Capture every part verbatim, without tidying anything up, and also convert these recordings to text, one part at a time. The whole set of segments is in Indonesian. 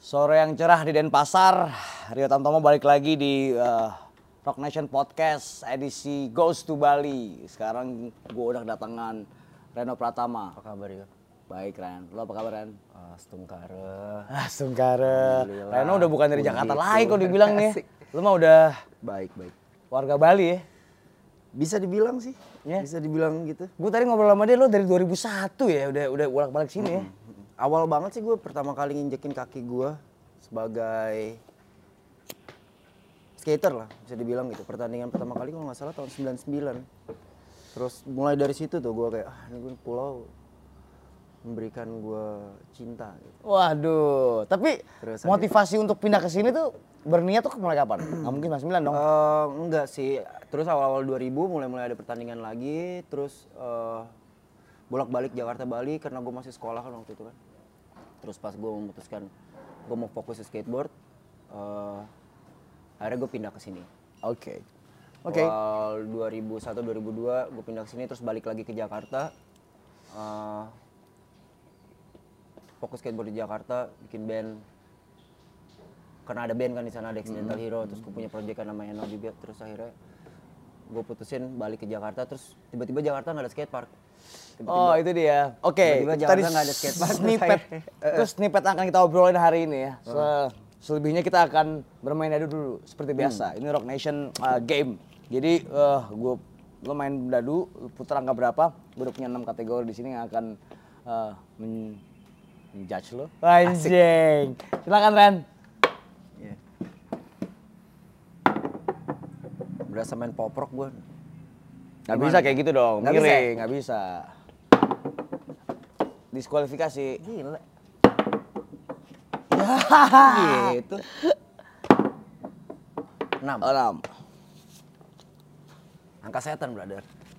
Sore yang cerah di Denpasar, Rio Tamtomo balik lagi di uh, Rock Nation Podcast edisi Goes to Bali. Sekarang gue udah kedatangan Reno Pratama. Apa kabar ya? Baik Ren, lo apa kabar Ren? Astungkara. Astungkara. Reno udah bukan dari Jakarta lagi kok dibilang nih. Lo mah udah Baik, baik. warga Bali ya? Bisa dibilang sih, Ya. bisa dibilang gitu. Gue tadi ngobrol sama dia, lo dari dua ribu satu ya udah udah bolak-balik sini ya? Awal banget sih gue pertama kali nginjekin kaki gue sebagai skater lah, bisa dibilang gitu. Pertandingan pertama kali kalau nggak salah tahun sembilan puluh sembilan. Terus mulai dari situ tuh gue kayak, ah ini gue pulau memberikan gue cinta gitu. Waduh, tapi Terus motivasi untuk pindah ke sini tuh berniat tuh mulai kapan? Nggak mungkin sembilan puluh sembilan dong? Eh, enggak sih, terus awal-awal dua ribu mulai-mulai ada pertandingan lagi, terus eh, bolak-balik Jakarta Bali karena gue masih sekolah kan waktu itu kan. Terus pas gue memutuskan gue mau fokus ke skateboard, eh, akhirnya gue pindah ke sini. Oke. Oke. Awal dua ribu satu dua ribu dua gue pindah ke sini terus balik lagi ke Jakarta. Eh, fokus skateboard di Jakarta, bikin band. Karena ada band kan di sana, ada Accidental Hero, terus gue punya project kan namanya Eno juga, terus akhirnya gue putusin balik ke Jakarta, terus tiba-tiba Jakarta nggak ada skatepark. Tiba-tiba, Oh itu dia. Oke. tiba-tiba Tadi Jakarta nggak ada skatepark. snippet. Terus snippet akan kita obrolin hari ini ya. Se- Selebihnya kita akan bermain dadu dulu seperti biasa. Ini Rock Nation uh, game. Jadi uh, gue lo main dadu, putar angka berapa? Gue udah punya enam kategori di sini yang akan uh, men menjudge lo. Anjing. Silakan Ren. Iya. Berasa main pop rock gue. Gak Gimana? bisa kayak gitu dong, Nggak bisa miring, gak bisa. Diskualifikasi. Gila. Ya. Gitu. enam. Oh, enam. Angka setan, brother.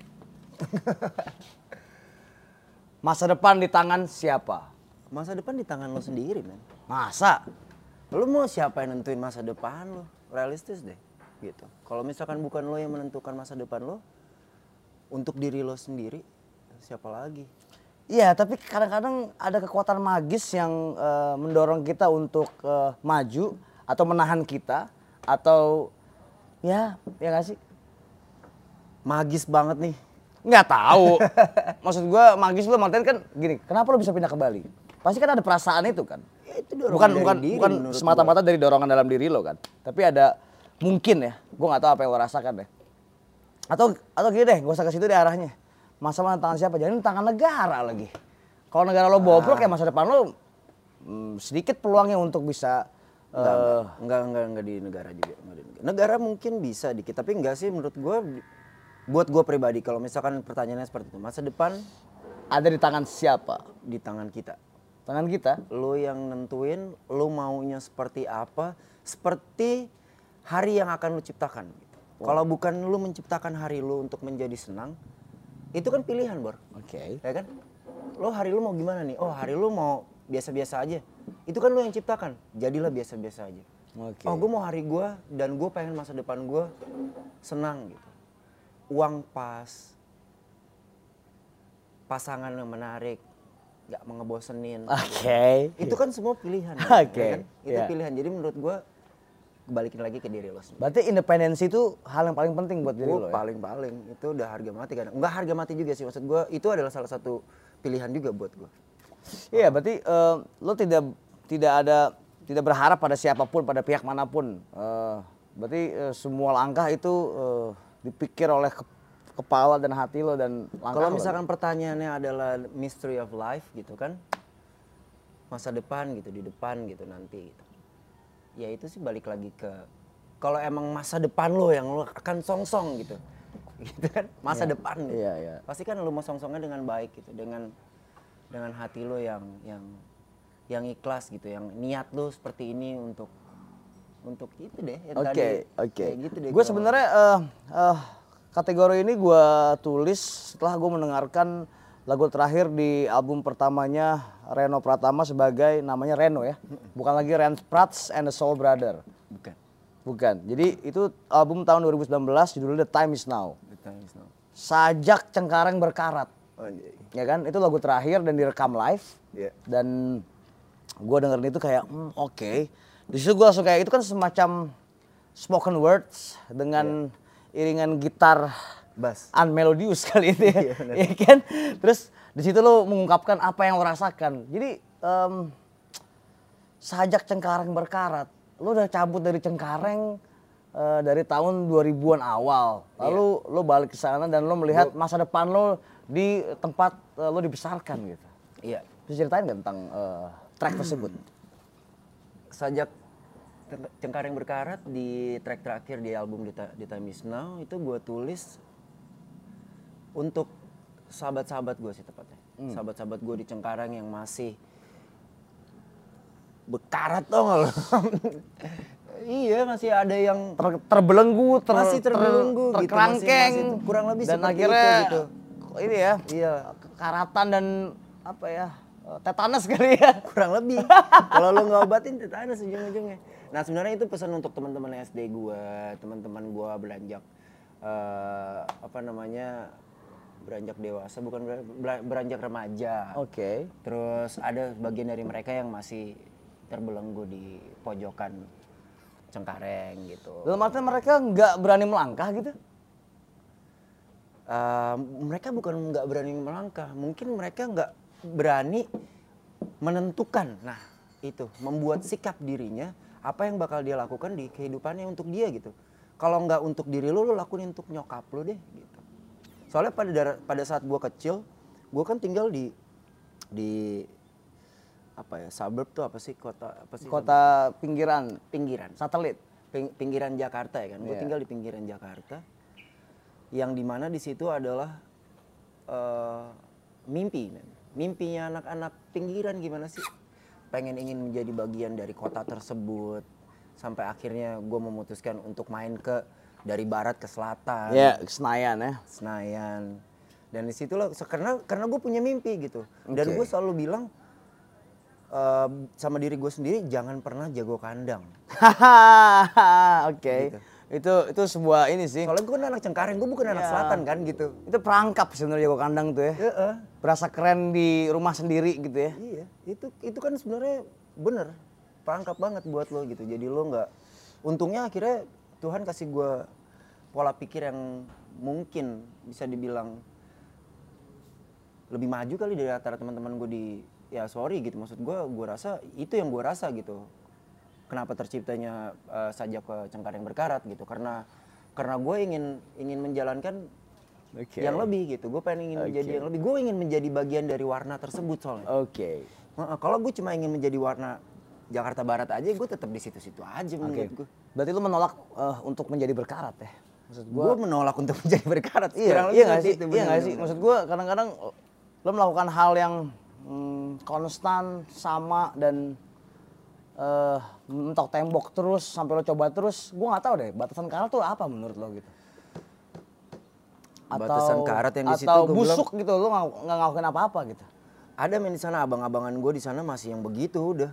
Masa depan di tangan siapa? Masa depan di tangan lo sendiri, men. Masa? Lo mau siapa yang nentuin masa depan lo? Realistis deh, gitu. Kalau misalkan bukan lo yang menentukan masa depan lo, untuk diri lo sendiri, siapa lagi? Iya, tapi kadang-kadang ada kekuatan magis yang uh, mendorong kita untuk uh, maju atau menahan kita atau ya, ya nggak sih? Magis banget nih. Nggak tahu. Maksud gua magis lo artinya kan gini, kenapa lo bisa pindah ke Bali? Pasti kan ada perasaan itu kan. Ya, itu dorongan Bukan dari bukan diri bukan menurut semata-mata dari dorongan dalam diri lo kan. Tapi ada mungkin ya, gua nggak tahu apa yang lo rasakan deh. Atau atau gini deh, gak usah ke situ deh arahnya. Masa mana tangan siapa? Jadi tangan negara lagi. Kalau negara lo bobrok ya masa depan lo hmm, sedikit peluangnya untuk bisa Enggak, eh, enggak, enggak, enggak, enggak di negara juga. Enggak di negara. negara mungkin bisa dikit, tapi enggak sih menurut gue. Buat gue pribadi, kalau misalkan pertanyaannya seperti itu, masa depan ada di tangan siapa? di tangan kita. Tangan kita. Lo yang nentuin, lo maunya seperti apa, seperti hari yang akan lo ciptakan. Kalau bukan lo menciptakan hari lo untuk menjadi senang, itu kan pilihan, Bor. Oke. Ya kan? Lo hari lo mau gimana nih? Oh, hari lo mau biasa-biasa aja. Itu kan lo yang ciptakan. Jadilah biasa-biasa aja. Oke. Oh, gue mau hari gue dan gue pengen masa depan gue senang gitu. Uang pas, pasangan yang menarik, gak ngebosenin. Oke. Itu kan semua pilihan. Oke, Ya kan? Itu iya. pilihan. Jadi menurut gue balikin lagi ke diri lo sendiri. Berarti independensi itu hal yang paling penting buat diri Gue lo ya? paling-paling itu udah harga mati kan. Enggak harga mati juga sih, maksud gue itu adalah salah satu pilihan juga buat gue. Iya, berarti eh, lo tidak tidak ada tidak berharap pada siapapun, pada pihak manapun. Eh, berarti eh, semua langkah itu eh, dipikir oleh ke- kepala dan hati lo dan langkah Kalau lo. misalkan pertanyaannya adalah mystery of life gitu kan, masa depan gitu, di depan gitu nanti gitu. Ya itu sih balik lagi ke, kalau emang masa depan lo yang lo akan song-song gitu. Gitu kan, masa Iya, depan gitu. iya, iya. Pasti kan lo mau song-songnya dengan baik gitu, dengan dengan hati lo yang yang yang ikhlas gitu, yang niat lo seperti ini untuk untuk itu deh yang Oke, tadi. oke. Kayak gitu deh. Gue kalau- sebenarnya eh, eh, kategori ini gue tulis setelah gue mendengarkan lagu terakhir di album pertamanya Reno Pratama sebagai namanya Reno ya, bukan lagi Ren Prats and the Soul Brother. Bukan. Bukan. Jadi itu album tahun dua ribu sembilan belas judulnya The Time Is Now. The time is now. Sajak Cengkareng Berkarat. Oh, iya. Ya kan? Itu lagu terakhir dan direkam live. Iya. Dan gue dengerin itu kayak hmm, oke. Okay. Di situ gue langsung kayak itu kan semacam spoken words dengan yeah. iringan gitar bass unmelodious kali ini ya, ya kan? Terus di situ lo mengungkapkan apa yang lo rasakan. Jadi um, sajak Cengkareng Berkarat, lo udah cabut dari Cengkareng uh, dari tahun dua ribuan awal. Lalu yeah. lo balik ke sana dan lo melihat lo, masa depan lo di tempat uh, lo dibesarkan gitu. Iya. Bisa ceritain nggak tentang uh, track tersebut? Sajak Cengkareng Berkarat di track terakhir di album The Time Is Now itu gue tulis untuk sahabat-sahabat gue sih tepatnya. Hmm. Sahabat-sahabat gue di Cengkareng yang masih berkarat tau gak lo? Iya, masih ada yang ter, terbelenggu, ter, masih terbelenggu, ter, terkerangkeng, gitu, masih, masih kurang lebih dan seperti akhirnya itu gitu. Ini ya, iya. karatan dan apa ya, tetanus kali ya. Kurang lebih. Kalau lo nggak obatin tetanus ujung-ujungnya. Nah sebenarnya itu pesan untuk teman-teman S D gue, teman-teman gue beranjak uh, apa namanya beranjak dewasa, bukan beranjak remaja. Oke. Okay. Terus ada bagian dari mereka yang masih terbelenggu di pojokan Cengkareng gitu. Dalam artian mereka nggak berani melangkah gitu? Uh, mereka bukan nggak berani melangkah, mungkin mereka nggak berani menentukan. Nah itu membuat sikap dirinya apa yang bakal dia lakukan di kehidupannya untuk dia gitu. Kalau nggak untuk diri lo, lo lakuin untuk nyokap lo deh gitu. Soalnya pada pada saat gue kecil, gue kan tinggal di di apa ya, suburb tuh apa sih, kota apa sih? Kota suburb? pinggiran, pinggiran, satelit, Ping, pinggiran Jakarta ya kan. Gue yeah. tinggal di pinggiran Jakarta, yang dimana di situ adalah uh, mimpi, man. Mimpinya anak-anak pinggiran gimana sih? Pengen ingin menjadi bagian dari kota tersebut, sampai akhirnya gue memutuskan untuk main ke dari barat ke selatan. Ya, yeah, Senayan ya. Senayan. Dan di situ loh, karena karena gue punya mimpi gitu. Dan okay. gue selalu bilang uh, sama diri gue sendiri, jangan pernah jago kandang. Oke. Okay. Gitu. Itu itu sebuah ini sih. Soalnya gue kan anak Cengkareng, gue bukan ya. anak selatan kan gitu. Itu perangkap sebenarnya jago kandang tuh ya. Uh-uh. Berasa keren di rumah sendiri gitu ya. Iya, itu itu kan sebenarnya bener perangkap banget buat lo gitu. Jadi lo nggak, untungnya akhirnya Tuhan kasih gue pola pikir yang mungkin bisa dibilang lebih maju kali dari antara teman-teman gue di, ya sorry gitu, maksud gue, gue rasa itu yang gue rasa gitu. Kenapa terciptanya uh, Sajak ke Cengkareng Berkarat gitu, karena karena gue ingin ingin menjalankan okay. yang lebih gitu. Gue pengen ingin okay. menjadi yang lebih, gue ingin menjadi bagian dari warna tersebut soalnya. Oke. Okay. Uh, kalau gue cuma ingin menjadi warna Jakarta Barat aja, gue tetap di situ-situ aja menurut okay. gue. Berarti lu menolak uh, untuk menjadi berkarat ya? Maksud gue menolak untuk menjadi berkarat. Iya, iya nggak sih? Itu, iya nggak sih? Maksud gue kadang-kadang lo melakukan hal yang hmm, konstan sama dan uh, mentok tembok terus sampai lo coba terus, gue nggak tahu deh batasan karat tuh apa menurut lo gitu? Atau, batasan karat yang di situ atau busuk bilang, gitu, lo nggak ngelakuin apa-apa gitu? Ada men di sana, abang-abangan gue di sana masih yang begitu udah,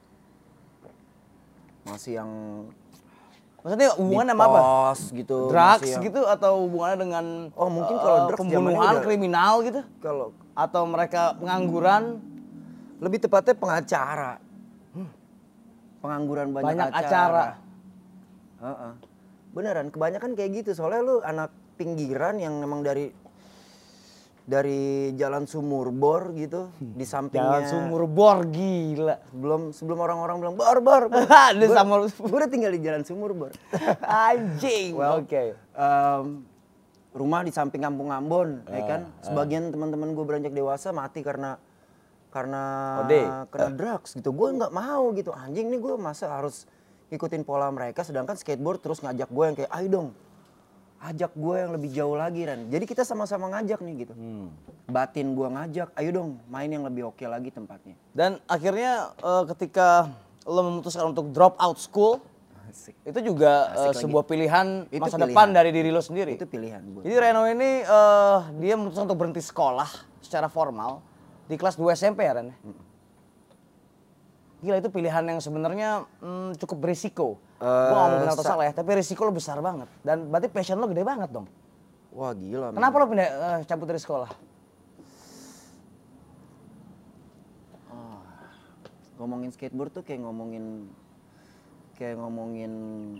masih yang maksudnya hubungannya sama apa? Gitu, drugs yang, gitu atau hubungannya dengan oh mungkin uh, kalau drugs pembunuhan kriminal gitu? Kalau atau mereka pengangguran? Lebih tepatnya pengacara. Hmm. Pengangguran banyak, banyak acara. acara. Uh-uh. Beneran, kebanyakan kayak gitu. Soalnya lu anak pinggiran yang memang dari dari Jalan Sumur Bor gitu, di sampingnya. Jalan Sumur Bor gila. Belum sebelum orang-orang bilang bor bor. bor. Gue sama gue udah tinggal di Jalan Sumur Bor. Anjing. Well, oke. Okay. Um, rumah di samping Kampung Ambon, uh, ya kan. Sebagian uh. teman-teman gue beranjak dewasa mati karena karena Ode. kena uh. drugs gitu. Gue nggak mau gitu. Anjing nih gue masa harus ngikutin pola mereka, sedangkan skateboard terus ngajak gue yang kayak ayo dong. Ajak gue yang lebih jauh lagi Ran. Jadi kita sama-sama ngajak nih gitu. Hmm. Batin gue ngajak, ayo dong main yang lebih oke lagi tempatnya. Dan akhirnya uh, ketika lo memutuskan untuk drop out school, Asik. itu juga uh, sebuah pilihan itu masa pilihan. depan dari diri lo sendiri. Itu pilihan. Buat Jadi Reno ini uh, dia memutuskan untuk berhenti sekolah secara formal di kelas dua S M P ya Ren? Hmm. Gila itu pilihan yang sebenarnya hmm, cukup berisiko. Uh, gue gak mau benar atau salah ya, tapi risiko lo besar banget. Dan berarti passion lo gede banget dong. Wah gila. Kenapa man. lo pindah uh, cabut dari sekolah? Oh. ngomongin skateboard tuh kayak ngomongin kayak ngomongin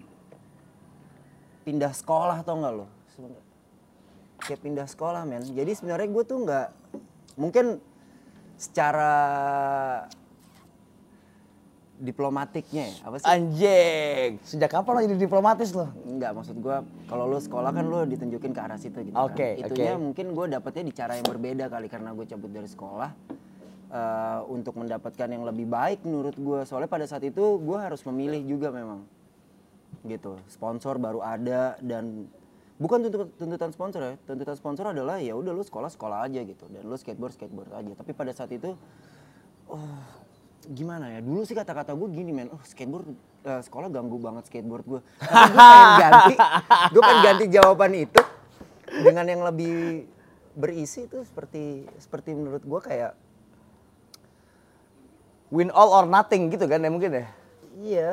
pindah sekolah tau nggak lo? Kayak pindah sekolah men. Jadi sebenarnya gue tuh nggak mungkin secara diplomatiknya ya, apa sih? Anjing, sejak kapan lo jadi diplomatis lo? Enggak, maksud gue kalau lo sekolah kan lo ditunjukin ke arah situ gitu Oke, kan. oke. Itunya mungkin gue dapetnya di cara yang berbeda kali karena gue cabut dari sekolah uh, untuk mendapatkan yang lebih baik menurut gue. Soalnya pada saat itu gue harus memilih juga memang gitu. Sponsor baru ada dan bukan tuntut, tuntutan sponsor ya. Tuntutan sponsor adalah ya udah lo sekolah sekolah aja gitu dan lo skateboard skateboard aja. Tapi pada saat itu oh gimana ya, dulu sih kata-kata gue gini men, oh skateboard, uh, sekolah ganggu banget skateboard gue. Tapi gue pengen ganti, gue pengen ganti jawaban itu dengan yang lebih berisi itu seperti seperti menurut gue kayak Win all or nothing gitu kan ya mungkin ya? iya.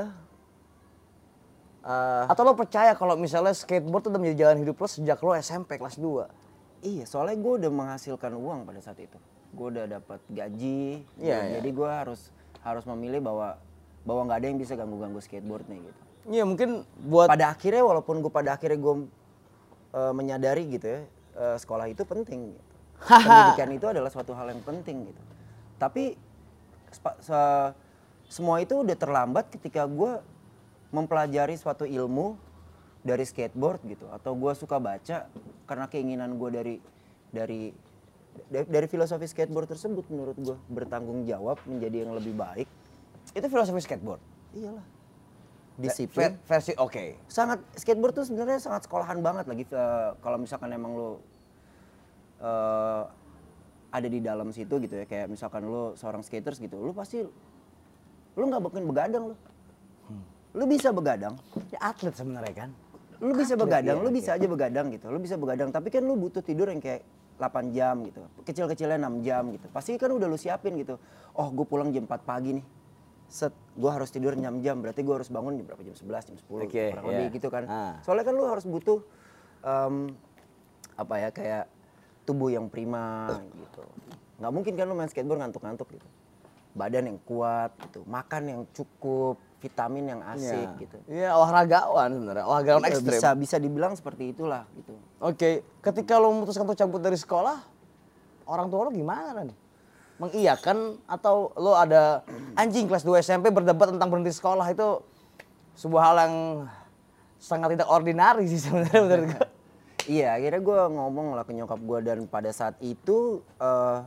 Uh, Atau lo percaya kalau misalnya skateboard itu udah menjadi jalan hidup lo sejak lo S M P kelas dua? Iya, soalnya gue udah menghasilkan uang pada saat itu. Gue udah dapat gaji, Iya, ya, iya. jadi gue harus harus memilih bahwa bahwa nggak ada yang bisa ganggu-ganggu skateboardnya gitu. Iya mungkin buat Pada akhirnya walaupun gue pada akhirnya gue uh, menyadari gitu ya, uh, sekolah itu penting. Gitu. Pendidikan itu adalah suatu hal yang penting gitu. Tapi spa- se- semua itu udah terlambat ketika gue mempelajari suatu ilmu dari skateboard gitu, atau gue suka baca karena keinginan gue dari dari dari, dari filosofi skateboard tersebut menurut gue bertanggung jawab menjadi yang lebih baik. itu filosofi skateboard. Iyalah. Ve- Disiplin. versi oke. Sangat skateboard tuh sebenarnya sangat sekolahan banget lagi uh, kalau misalkan emang lo uh, ada di dalam situ gitu ya, kayak misalkan lo seorang skaters gitu, lo pasti lo nggak mungkin begadang lo. Lo bisa begadang. Ya atlet sebenarnya kan. Lu bisa Atlet, begadang, iya, lu oke. bisa aja begadang gitu. Lu bisa begadang, tapi kan lu butuh tidur yang kayak delapan jam gitu. Kecil-kecilnya enam jam gitu. Pasti kan udah lu siapin gitu. Oh, gue pulang jam empat pagi nih. Set, gue harus tidur enam jam. Berarti gue harus bangun jam berapa? Jam sebelas, jam sepuluh, Oke, kurang iya. lebih gitu kan. Ah. Soalnya kan lu harus butuh em, apa ya, kayak tubuh yang prima gitu. Nggak mungkin kan lu main skateboard ngantuk-ngantuk gitu. Badan yang kuat gitu, makan yang cukup, vitamin yang asik Iya. gitu. Iya olahragawan sebenarnya, olahragawan Iya, ekstrim. bisa bisa dibilang seperti itulah gitu. Oke, ketika lo memutuskan untuk cabut dari sekolah, orang tua lo gimana nih? Mengiyakan atau lo ada anjing kelas dua S M P berdebat tentang berhenti sekolah itu sebuah hal yang sangat tidak ordinari sih sebenarnya menurut gue. Iya, akhirnya gue ngomong lah ke nyokap gue dan pada saat itu eh,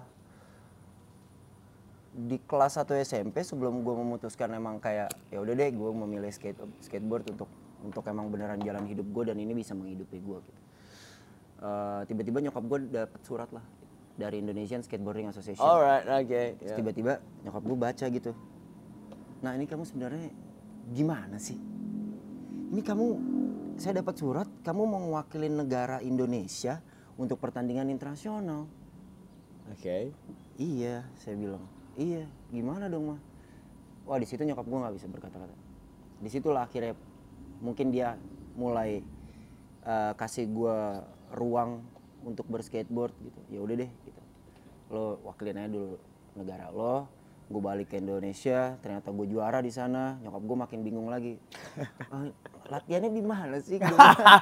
di kelas satu S M P sebelum gue memutuskan emang kayak ya udah deh gue memilih skate skateboard untuk untuk emang beneran jalan hidup gue dan ini bisa menghidupi gue gitu. Eh, tiba-tiba nyokap gue dapet surat lah dari Indonesian Skateboarding Association. Alright, oke. Terus tiba-tiba nyokap gue baca gitu. Nah ini kamu sebenarnya gimana sih? Ini kamu, saya dapat surat, kamu mau mewakili negara Indonesia untuk pertandingan internasional. Oke. Iya, saya bilang. Iya, gimana dong mah? Wah di situ nyokap gue nggak bisa berkata-kata. Di situlah akhirnya mungkin dia mulai uh, kasih gue ruang untuk berskateboard gitu. Ya udah deh gitu. Lo wakilin aja dulu negara lo. Gue balik ke Indonesia, ternyata gue juara di sana. Nyokap gue makin bingung lagi. Ah, latihannya di mana sih? Di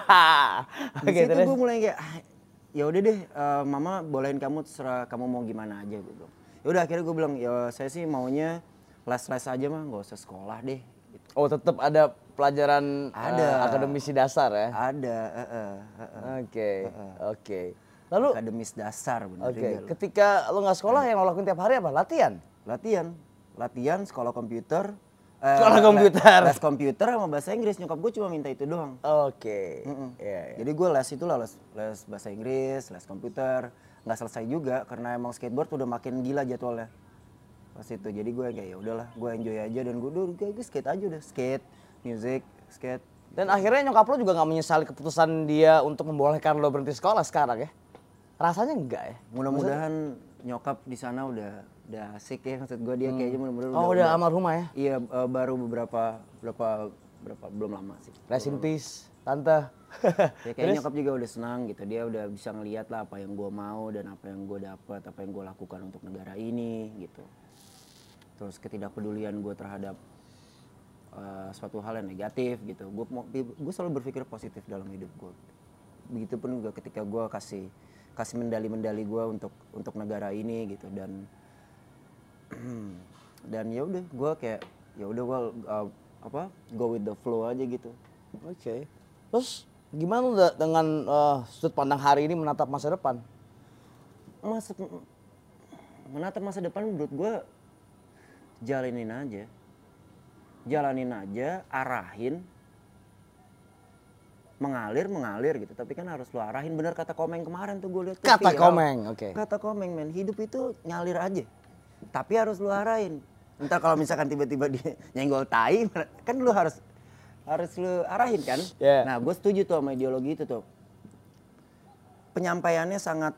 Oke, situ terus? gue mulai kayak, ah, ya udah deh, uh, mama bolehin kamu terserah kamu mau gimana aja gue bilang. Ya udah akhirnya gue bilang, ya saya sih maunya les-les aja mah, nggak usah sekolah deh. Gitu. Oh tetap ada pelajaran Ada. eh, akademisi dasar ya? Ada, uh, uh, uh, uh. Oke, oke. Lalu, akademis dasar bener oke, juga lo. ketika lo nggak sekolah yang lo lakuin tiap hari apa? Latihan? Latihan, latihan sekolah komputer. eh, Sekolah le- komputer. Les komputer sama bahasa Inggris, nyokap gue cuma minta itu doang. Oke. Mm-mm. Iya, iya. Jadi gue les itu lah, les, les bahasa Inggris, les komputer. Nggak selesai juga karena emang skateboard udah makin gila jadwalnya pas itu. Jadi gue kayak ya udahlah, gue enjoy aja dan gue udah gue skate aja udah, skate, music, skate. Dan akhirnya nyokap lo juga nggak menyesali keputusan dia untuk membolehkan lo berhenti sekolah sekarang ya? Rasanya enggak ya? Mudah-mudahan nyokap di sana udah udah asik ya, maksud gue dia kayaknya mudah-mudahan Oh udah almarhumah ya? Iya, eh, baru beberapa berapa berapa belum lama sih. Rest in peace, tante. Ya kayak nyokap juga udah senang gitu, dia udah bisa ngeliat lah apa yang gue mau dan apa yang gue dapat, apa yang gue lakukan untuk negara ini gitu. terus ketidakpedulian gue terhadap uh, suatu hal yang negatif gitu. Gue gue selalu berpikir positif dalam hidup gue. Begitupun juga ketika gue kasih kasih medali-medali gue untuk untuk negara ini gitu, dan dan ya udah gue kayak ya udah gue uh, apa go with the flow aja gitu. Oke. Okay. Terus gimana udah dengan uh, sudut pandang hari ini menatap masa depan? Masa menatap masa depan menurut gue jalanin aja, jalanin aja, arahin, mengalir mengalir gitu. Tapi kan harus lo arahin, bener kata Komeng kemarin tuh gue lihat. Kata Komeng, oke. Okay. Kata Komeng, men, hidup itu nyalir aja, tapi harus lo arahin. Entar kalau misalkan tiba-tiba dia nyenggol tai, kan lo harus harus lo arahin kan. Yeah. Nah, gue setuju tuh sama ideologi itu tuh. Penyampaiannya sangat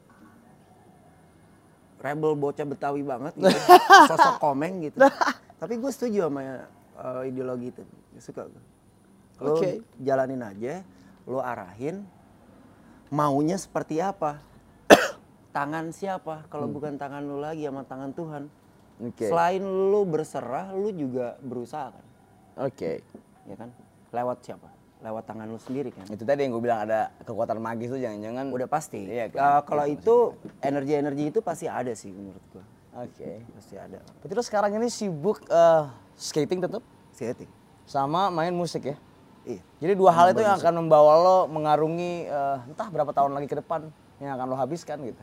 rebel bocah Betawi banget gitu. Sosok Komeng gitu. Tapi gue setuju sama uh, ideologi itu. Suka gue. Lo okay. jalanin aja, lo arahin, maunya seperti apa. Tangan siapa kalau hmm. bukan tangan lo lagi sama tangan Tuhan. Okay. Selain lo berserah, lo juga berusaha kan. Oke. Okay. Ya kan? Lewat siapa? Lewat tangan lo sendiri kan. Itu tadi yang gue bilang ada kekuatan magis tuh jangan-jangan. Udah pasti. Iya, uh, kalau itu energi-energi itu pasti ada sih menurut gue. Oke. Okay. Pasti ada. Berarti lo sekarang ini sibuk uh, skating tetap? Skating. Sama main musik ya? Iya. Jadi dua hal itu yang musik. akan membawa lo mengarungi uh, entah berapa tahun lagi ke depan yang akan lo habiskan gitu.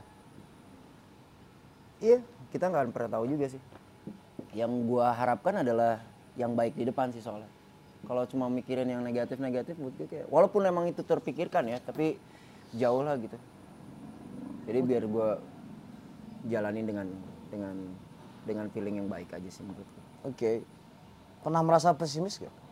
Iya, kita nggak akan pernah tahu juga sih. Yang gua harapkan adalah yang baik di depan sih soalnya. Kalau cuma mikirin yang negatif-negatif, buat gue kayak, walaupun emang itu terpikirkan ya, tapi jauh lah gitu. Jadi biar gua jalanin dengan dengan dengan feeling yang baik aja sih menurut gue. Oke. Okay. Pernah merasa pesimis gak?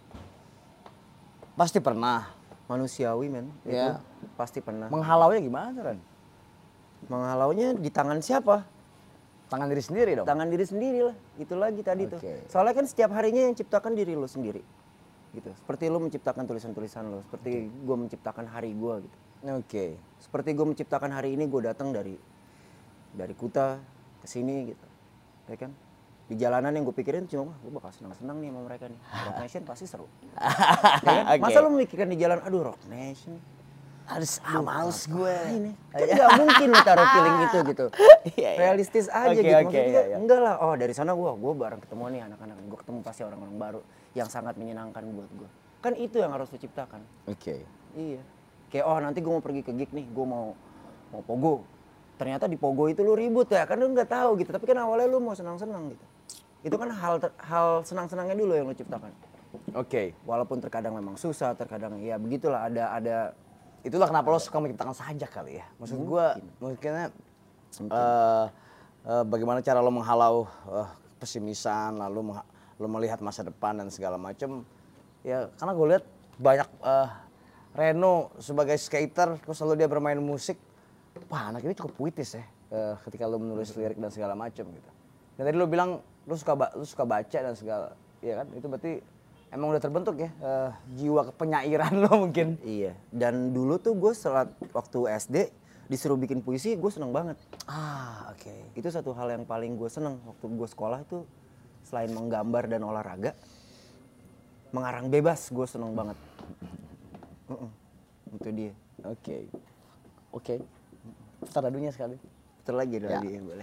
Pasti pernah. Manusiawi men, ya. Itu pasti pernah. Menghalaunya gimana Ren? Menghalaunya di tangan siapa? Tangan diri sendiri dong? Tangan diri sendiri lah, itu lagi tadi okay. tuh. Soalnya kan setiap harinya yang ciptakan diri lo sendiri. Gitu. Seperti lo menciptakan tulisan-tulisan lo, seperti okay. gue menciptakan hari gue gitu. Oke. Okay. Seperti gue menciptakan hari ini, gue datang dari dari Kuta ke sini gitu. Ya kan? Di jalanan yang gue pikirin cuma, gue bakal senang-senang nih sama mereka nih. Rock Nation pasti seru. Ya kan? Okay. Masa lo memikirkan di jalan, aduh Rock Nation. Harus ah, males gue. Ini. Kan gak mungkin lo taruh feeling itu gitu. Realistis aja okay, gitu. Okay, Maksudnya iya, iya. enggak lah, oh dari sana gue gue bareng ketemu nih anak-anak. Gue ketemu pasti orang-orang baru yang sangat menyenangkan buat gue. Kan itu yang harus lo ciptakan. Oke. Okay. Iya. Kayak oh nanti gue mau pergi ke gig nih, gue mau mau pogo. Ternyata di pogo itu lo ribut ya, kan lo nggak tahu gitu. Tapi kan awalnya lo mau senang-senang gitu. Itu kan hal hal senang-senangnya dulu yang lo ciptakan. Oke. Okay. Walaupun terkadang memang susah, terkadang ya begitulah ada ada. Itulah kenapa lo suka menciptakan sajak kali ya. Maksud gue, mungkinnya uh, uh, bagaimana cara lo menghalau uh, pesimisan, lalu lo melihat masa depan dan segala macam. Ya karena gue lihat banyak uh, Reno sebagai skater, terus lalu dia bermain musik. Wah anak ini cukup puitis ya, uh, ketika lo menulis lirik dan segala macam gitu. Dan tadi lo bilang lo suka lo suka baca dan segala, ya kan? Itu berarti emang udah terbentuk ya uh, jiwa kepenyairan lo mungkin. Iya. Dan dulu tuh gue selat waktu S D disuruh bikin puisi, gue seneng banget. Ah oke. Okay. Itu satu hal yang paling gue seneng waktu gue sekolah itu, selain menggambar dan olahraga, mengarang bebas gue seneng banget. Uh-uh. Itu dia. Oke. Okay. Oke. Okay. Putar ladunya sekali. Putar lagi ya. Lagi ya boleh.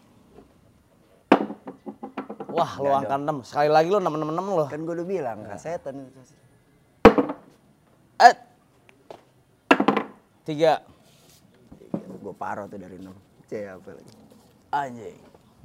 Wah, lo angka enam. Sekali lagi lo enam enam enam lo. Kan gue udah bilang, kasetan itu. Eh. Tiga. Gue paro tuh dari enam. C apa lagi? Anjing.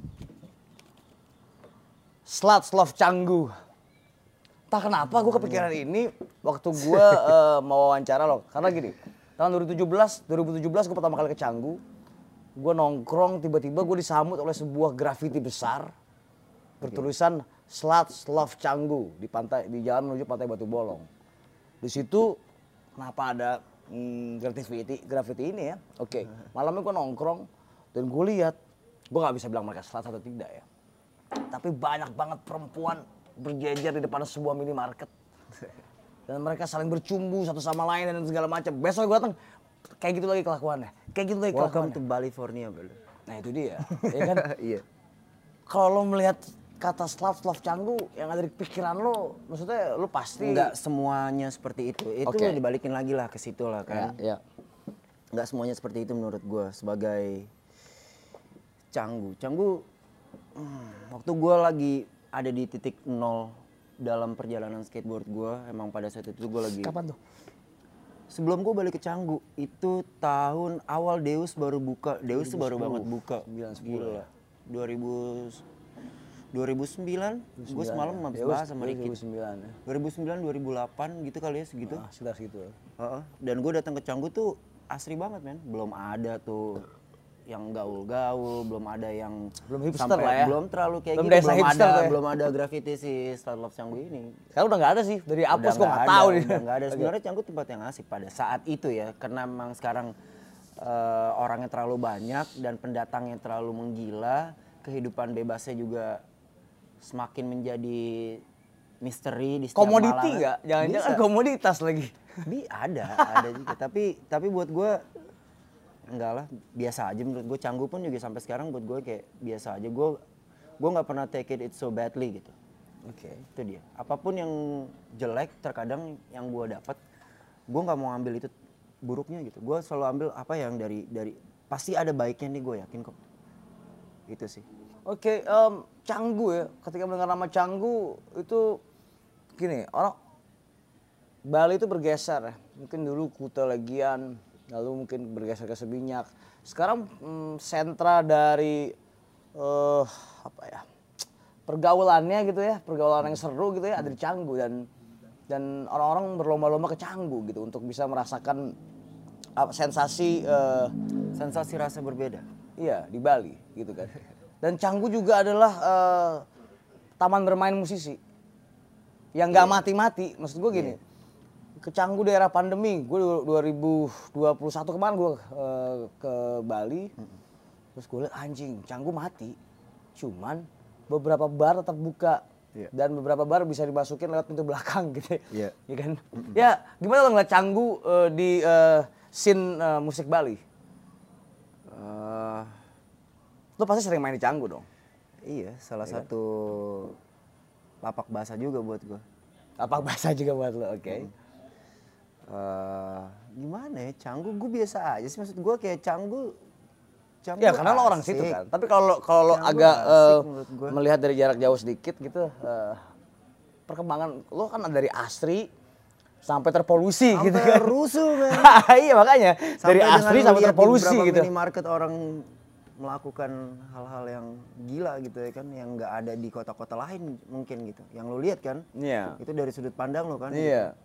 Sluts Love Canggu. Tak kenapa gue kepikiran ini waktu gue uh, mau wawancara lo. Karena gini, tahun dua ribu tujuh belas, dua ribu tujuh belas gue pertama kali ke Canggu. Gue nongkrong, tiba-tiba gue disambut oleh sebuah grafiti besar. Bertulisan Sluts Love Canggu di pantai di jalan menuju Pantai Batu Bolong. Di situ kenapa ada hmm, graffiti graffiti ini ya? Oke, okay. Malamnya gue nongkrong dan gue lihat, gue nggak bisa bilang mereka sluts atau tidak ya. Tapi banyak banget perempuan berjejer di depan sebuah minimarket dan mereka saling bercumbu satu sama lain dan segala macam. Besok gue datang kayak gitu lagi kelakuannya, kayak gitu lagi kelakuannya. Welcome to California, bro. Nah itu dia, ya kan? Iya. kalau lo melihat kata Slav Slav Canggu yang ada di pikiran lo, maksudnya lo pasti nggak semuanya seperti itu. Itu Oke. dibalikin lagi lah ke situ lah kan. ya, ya. Nggak semuanya seperti itu menurut gue sebagai Canggu. Canggu hmm, waktu gue lagi ada di titik nol dalam perjalanan skateboard gue, emang pada saat itu gue lagi. Kapan tuh? Sebelum gue balik ke Canggu, itu tahun awal Deus baru buka. Deus tuh baru banget buka. sembilan sepuluh Gila. dua ribu dua ribu sembilan, gue semalam habis ya, bahas sama dua Ricky. ribu sembilan ya. dua ribu sembilan, dua ribu delapan gitu kali ya segitu. Ah, sekitar segitu ya. Heeh. Dan gue datang ke Canggu tuh asri banget men. Belum ada tuh yang gaul-gaul, belum ada yang Belum hipster sampai- lah ya. Belum terlalu kayak Belum gitu, desa belum hipster ada, tuh ya. belum ada graffiti si Style Love Canggu ini. Sekarang udah nggak ada sih, dari Udah Apus gue nggak ada, tahu nih. Udah nggak ada. Sebenarnya Canggu tempat yang asik pada saat itu ya, karena memang sekarang eh, orangnya terlalu banyak dan pendatangnya terlalu menggila, kehidupan bebasnya juga semakin menjadi misteri di setiap Komoditi malam. nggak? Jangan-jangan Bisa. komoditas lagi. Bi ada, ada juga. Tapi tapi buat gue enggak lah, biasa aja menurut gue. Canggu pun juga sampai sekarang buat gue kayak biasa aja. Gue gue nggak pernah take it, it so badly gitu. Oke. Itu dia. Apapun yang jelek terkadang yang gue dapat, gue nggak mau ambil itu buruknya gitu. Gue selalu ambil apa yang dari dari pasti ada baiknya nih, gue yakin kok. Itu sih. Oke, em, Canggu ya. Ketika mendengar nama Canggu itu gini, orang Bali itu bergeser ya. Mungkin dulu Kuta Legian, lalu mungkin bergeser ke Seminyak. Sekarang mm, sentra dari eh apa ya? Pergaulannya gitu ya, pergaulan yang seru gitu ya ada di Canggu dan dan orang-orang berlomba-lomba ke Canggu gitu untuk bisa merasakan apa, sensasi eh, Sensasi rasa berbeda. iya di Bali gitu kan. Dan Canggu juga adalah eh, taman bermain musisi yang nggak mati-mati. Maksud gue gini, ke Canggu di era pandemi, gue dua ribu dua puluh satu kemarin gue eh, ke Bali, terus gue liat anjing Canggu mati, cuman beberapa bar tetap buka. Iya. Dan beberapa bar bisa dimasukin lewat pintu belakang gitu. Iya. Ya kan? Ya, gimana lo ngeliat Canggu eh, di eh, scene eh, musik Bali? Eh, Lo pasti sering main di Canggu dong. iya, salah satu lapak basah juga buat gue. Apa bahasa juga buat lo, oke? Eh, gimana ya, Canggu gue biasa aja sih, maksud gue kayak Canggu. Canggu Ya karena lo orang asik. situ kan. Tapi kalau lo- kalau lo Canggu agak asik eh, menurut gua. melihat dari jarak jauh sedikit gitu, eh, perkembangan lo kan dari asri sampai terpolusi Sampai gitu kan. rusuh men. Iya makanya dari dengan asri lu sampai lihat di terpolusi beberapa gitu. minimarket orang melakukan hal-hal yang gila gitu ya kan, yang nggak ada di kota-kota lain mungkin gitu. Yang lo lihat kan, Iya. itu dari sudut pandang lo kan. Iya.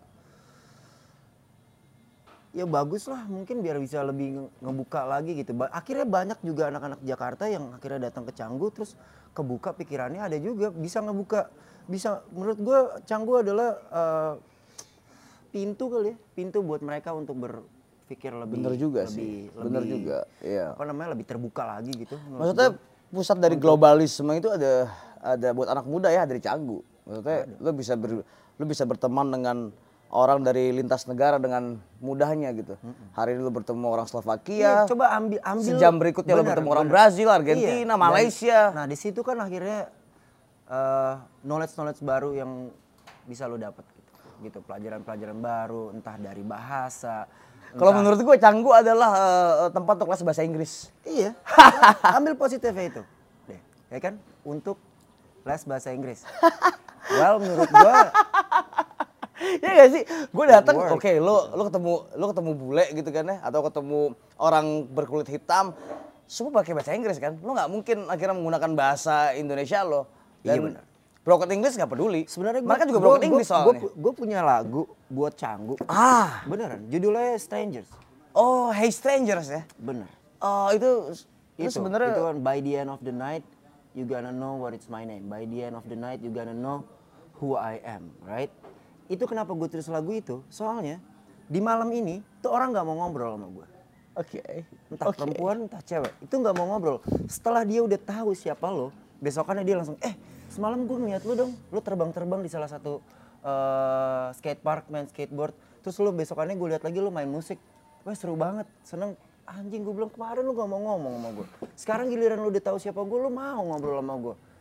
Ya bagus lah, mungkin biar bisa lebih nge- ngebuka lagi gitu. Ba- Akhirnya banyak juga anak-anak Jakarta yang akhirnya datang ke Canggu terus kebuka pikirannya, ada juga bisa ngebuka. Bisa, menurut gue Canggu adalah eh, pintu kali ya, pintu buat mereka untuk berpikir lebih. Bener juga lebih, sih. lebih, Bener juga. Iya. Apa namanya, lebih terbuka lagi gitu. menurut Maksudnya gua. pusat dari globalisme itu ada ada buat anak muda ya dari Canggu. Maksudnya lo bisa ber, lo bisa berteman dengan orang dari lintas negara dengan mudahnya gitu. Hari ini lo bertemu orang Slovakia. Iya, coba ambil ambil Sejam berikutnya lo benar, bertemu orang benar. Brazil, Argentina, Iya, dan- Malaysia. Nah di situ kan akhirnya eh, knowledge knowledge baru yang bisa lo dapat gitu, gitu pelajaran-pelajaran baru, entah dari bahasa. Kalau entah- menurut gue Canggu adalah eh, tempat untuk les bahasa Inggris. iya, ambil positifnya itu, deh, ya kan, untuk les bahasa Inggris. Well menurut gua Ya gak sih? Gue datang, Work, oke, lo lo ketemu lo ketemu bule gitu kan ya, atau ketemu orang berkulit hitam, semua pakai bahasa Inggris kan? Lo nggak mungkin akhirnya menggunakan bahasa Indonesia lo. Iya, Dan benar. broken English nggak peduli. sebenarnya mereka juga broken English soalnya. Gue punya lagu buat Canggu, Ah, beneran, judulnya Strangers, oh, Hey Strangers ya. bener. Oh itu itu itu sebenarnya itu kan, by the end of the night you gonna know what is my name, by the end of the night you gonna know who I am, right? Itu kenapa gue tulis lagu itu, soalnya di malam ini tuh orang nggak mau ngobrol sama gue, oke. entah Oke. perempuan entah cewek, itu nggak mau ngobrol. Setelah dia udah tahu siapa lo, besokannya dia langsung eh semalam gue ngeliat lo dong, lo terbang-terbang di salah satu eh, skate park main skateboard, terus lo besokannya gue lihat lagi lo main musik, wah seru banget, seneng. Anjing, gue bilang kemarin lu gak mau ngomong sama gue. Sekarang giliran lu udah tahu siapa gue, lu mau ngobrol sama gue.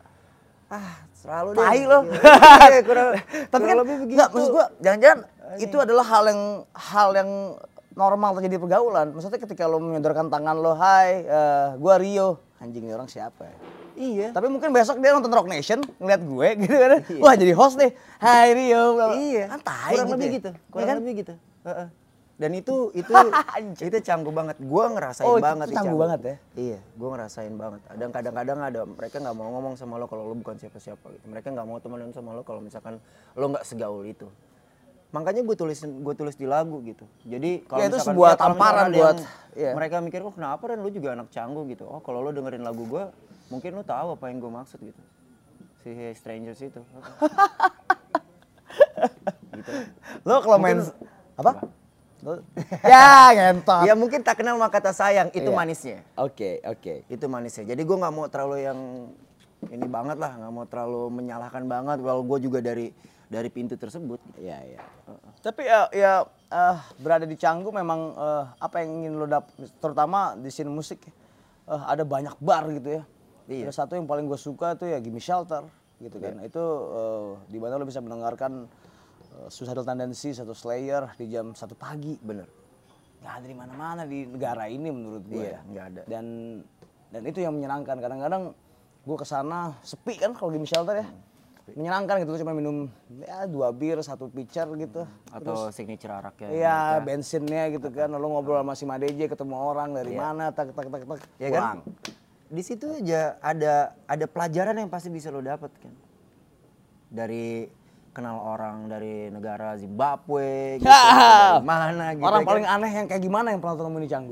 Ah, selalu deh. Tai lo. Iya, kurang, Tapi kan kurang lebih begitu. enggak, maksud gua jangan-jangan itu adalah hal yang hal yang normal terjadi di pergaulan. Maksudnya ketika lo menyodorkan tangan lo, "Hai, eh, gua Rio." Anjing nih orang siapa ya? Iya. Tapi mungkin besok dia nonton Rock Nation, ngeliat gue gitu kan. Wah, jadi host deh. "Hai Rio." bla bla. Iya. Kan tai Kurang gitu lebih ya. gitu. Iya Kurang kan? lebih gitu. Heeh. Dan itu itu itu canggung banget. Gua ngerasain Oh, itu banget canggung banget ya? Iya, gua ngerasain banget. Ada kadang-kadang ada mereka nggak mau ngomong sama lo kalau lo bukan siapa-siapa gitu. Mereka nggak mau temenan sama lo kalau misalkan lo nggak segaul itu. Makanya gue tulis gue tulis di lagu gitu. Jadi kalau Ya, itu misalkan sebuah ya, kalau tamparan misalkan ada buat- yang iya. mereka mikir, "Oh, kenapa Dan lu juga anak canggung gitu." Oh, kalau lo dengerin lagu gua, mungkin lo tahu apa yang gue maksud gitu. Si Strangers itu. Gitu. Lo kalau main Mungkin- apa? Lo- ya, ngentot. Ya mungkin tak kenal maka kata sayang, itu Iya. manisnya. Oke, oke. Itu manisnya. Jadi gue nggak mau terlalu yang ini banget lah, nggak mau terlalu menyalahkan banget. Kalau gue juga dari dari pintu tersebut. Iya, iya. Tapi ya, ya eh, berada di Canggu memang eh, apa yang ingin lo dapat, terutama di scene musik, eh, ada banyak bar gitu ya. Iya. Ada satu yang paling gue suka tuh ya Gimme Shelter gitu kan. Itu eh, di mana lo bisa mendengarkan uh, Suicidal Tendencies atau Slayer di jam satu pagi. Bener. Nggak ada di mana-mana di negara ini menurut gue Iya, ya. nggak ada. Dan dan itu yang menyenangkan. Kadang-kadang gue kesana sepi kan kalau Gimme Shelter ya. Menyenangkan gitu, cuma minum ya dua bir, satu pitcher gitu. Atau signature araknya. Iya, mereka. bensinnya gitu kan. Lalu ngobrol sama si Madeje, ketemu orang dari Iya. mana, tak tak tak tak, Ya kan? pulang. Di situ aja ada ada pelajaran yang pasti bisa lo dapet kan. Dari kenal orang dari negara Zimbabwe gitu, dari mana gitu. Orang ya paling kan? aneh yang kayak gimana yang pernah lo temuin di Canggu?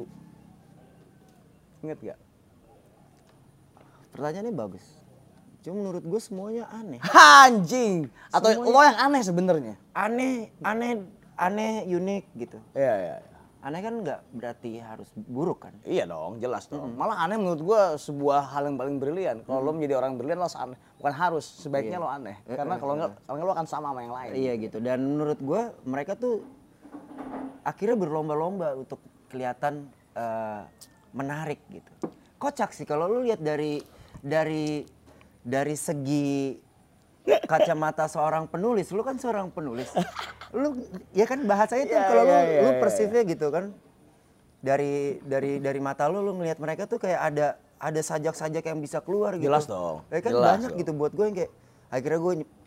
Ingat gak? Pertanyaannya bagus. Cuma menurut gue semuanya aneh. Anjing! Atau Semuanya- lo yang aneh sebenarnya? Aneh, aneh, aneh, unik gitu. Iya, iya, iya. Aneh kan nggak berarti harus buruk kan. Iya dong, jelas dong. Malah aneh menurut gua sebuah hal yang paling brilian. Kalau lo menjadi orang brilian lo harus aneh. Bukan harus, sebaiknya Iya. lo aneh. Karena kalau enggak, kalau enggak lo akan sama sama yang lain. Iya gitu. Dan menurut gue mereka tuh akhirnya berlomba-lomba untuk kelihatan eh, menarik gitu. Kocak sih kalau lu lihat dari dari dari segi kacamata seorang penulis, lu kan seorang penulis. Lu ya kan bahasanya tuh Iya, kalau lu iya, iya, lu iya. persifnya gitu kan. Dari dari dari mata lu lu ngelihat mereka tuh kayak ada ada sajak-sajak yang bisa keluar gitu. Jelas dong, Ya kan jelas banyak dong. gitu buat gue yang kayak akhirnya gue nyep-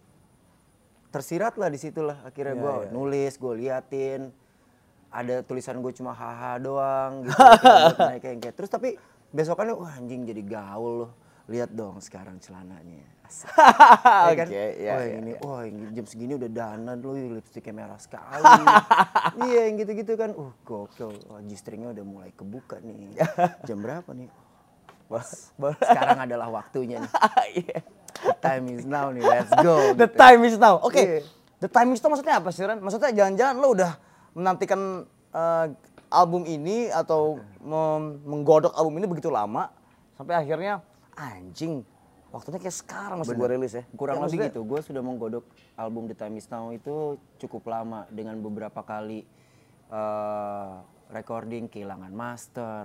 tersirat lah di situlah akhirnya Iya, gue iya. nulis, gue liatin. Ada tulisan gue cuma haha doang gitu. Kayak buat mereka yang kayak terus tapi besokannya wah anjing jadi gaul loh. Lihat dong sekarang celananya. Asik. Ya kan? Oke, iya, wah iya, ini, iya. wah ini jam segini udah dandan loh, lipstiknya merah sekali. Iya yang gitu-gitu kan. Uh gokil, wah G-stringnya udah mulai kebuka nih. Jam berapa nih? Wah, sekarang adalah waktunya nih. Iya. The time is now nih, let's go. The gitu. time is now. Oke. Iya. The time is now maksudnya apa sih, Ran? Maksudnya jangan-jangan lo udah menantikan eh, album ini atau mem- menggodok album ini begitu lama sampai akhirnya anjing waktunya kayak sekarang masih gue rilis ya. Kurang Ya, lebih maksudnya- gitu, gue sudah menggodok album The Time Is Now itu cukup lama dengan beberapa kali eh, recording, kehilangan master,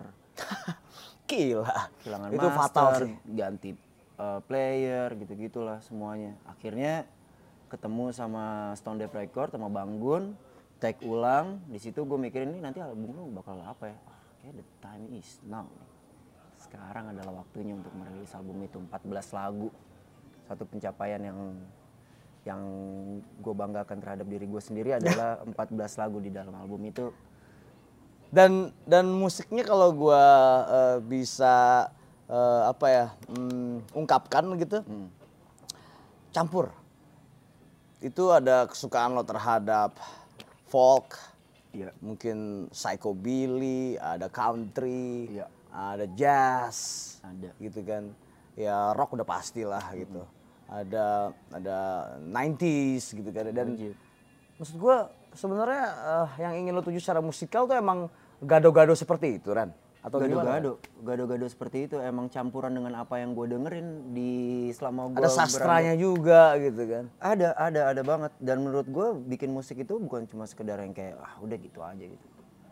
Gila. kehilangan Itu master, fatal sih. ganti eh, player, gitu-gitulah semuanya. Akhirnya ketemu sama Stone Deaf Record, sama Bang Gun, take ulang. Di situ gue mikirin ini nanti album lu bakal apa ya? Ah, kayak The Time Is Now nih. Sekarang adalah waktunya untuk merilis album itu, empat belas lagu. Satu pencapaian yang yang gue banggakan terhadap diri gue sendiri adalah empat belas lagu di dalam album itu. Dan dan musiknya kalau gua eh, bisa eh, apa ya mm, ungkapkan gitu, campur. Itu ada kesukaan lo terhadap folk, Iya. mungkin psychobilly, ada country, Iya. ada jazz, Ada. gitu kan. Ya rock udah pastilah gitu. Ada ada nineties gitu kan. Dan Wajib. maksud gue sebenarnya eh, yang ingin lo tuju secara musikal tuh emang gado-gado seperti itu, Ran? Atau gimana? Gado-gado, gado-gado seperti itu emang campuran dengan apa yang gue dengerin di selama gue Ada sastranya juga gitu kan. Ada, ada, ada banget. Dan menurut gue bikin musik itu bukan cuma sekedar yang kayak ah udah gitu aja gitu.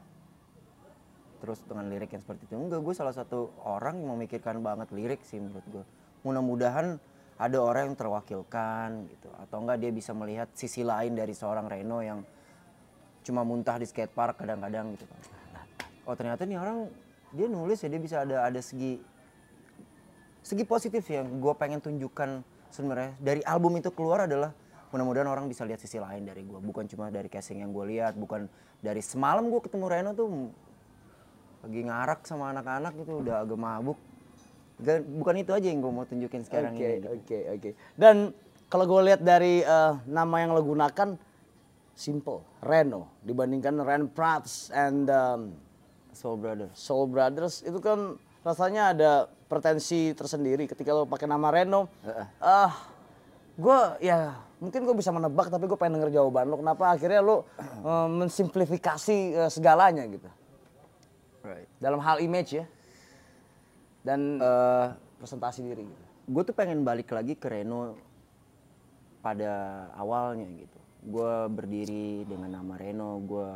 Terus dengan lirik yang seperti itu. Enggak, gue salah satu orang yang memikirkan banget lirik sih menurut gue. Mudah-mudahan ada orang yang terwakilkan gitu, atau enggak dia bisa melihat sisi lain dari seorang Reno yang cuma muntah di skatepark kadang-kadang gitu kan. Oh ternyata nih orang dia nulis ya, dia bisa ada ada segi segi positif yang gue pengen tunjukkan sebenarnya dari album itu keluar adalah mudah-mudahan orang bisa lihat sisi lain dari gue, bukan cuma dari casing yang gue lihat, bukan dari semalam gue ketemu Reno tuh lagi ngarak sama anak-anak gitu udah agak mabuk. Bukan itu aja yang gue mau tunjukin sekarang Oke, ini. Gitu. Oke, oke. Dan kalau gue lihat dari uh, nama yang lo gunakan, simple, Reno, dibandingkan Ren Prats and um, Soul Brothers. Soul Brothers itu kan rasanya ada pretensi tersendiri ketika lo pakai nama Reno. Ah, uh, gue ya mungkin gue bisa menebak tapi gue pengen denger jawaban lo. Kenapa akhirnya lo uh, mensimplifikasi uh, segalanya gitu? Right. Dalam hal image ya. Dan uh, presentasi diri gitu. Gue tuh pengen balik lagi ke Reno pada awalnya gitu. Gue berdiri dengan nama Reno, gue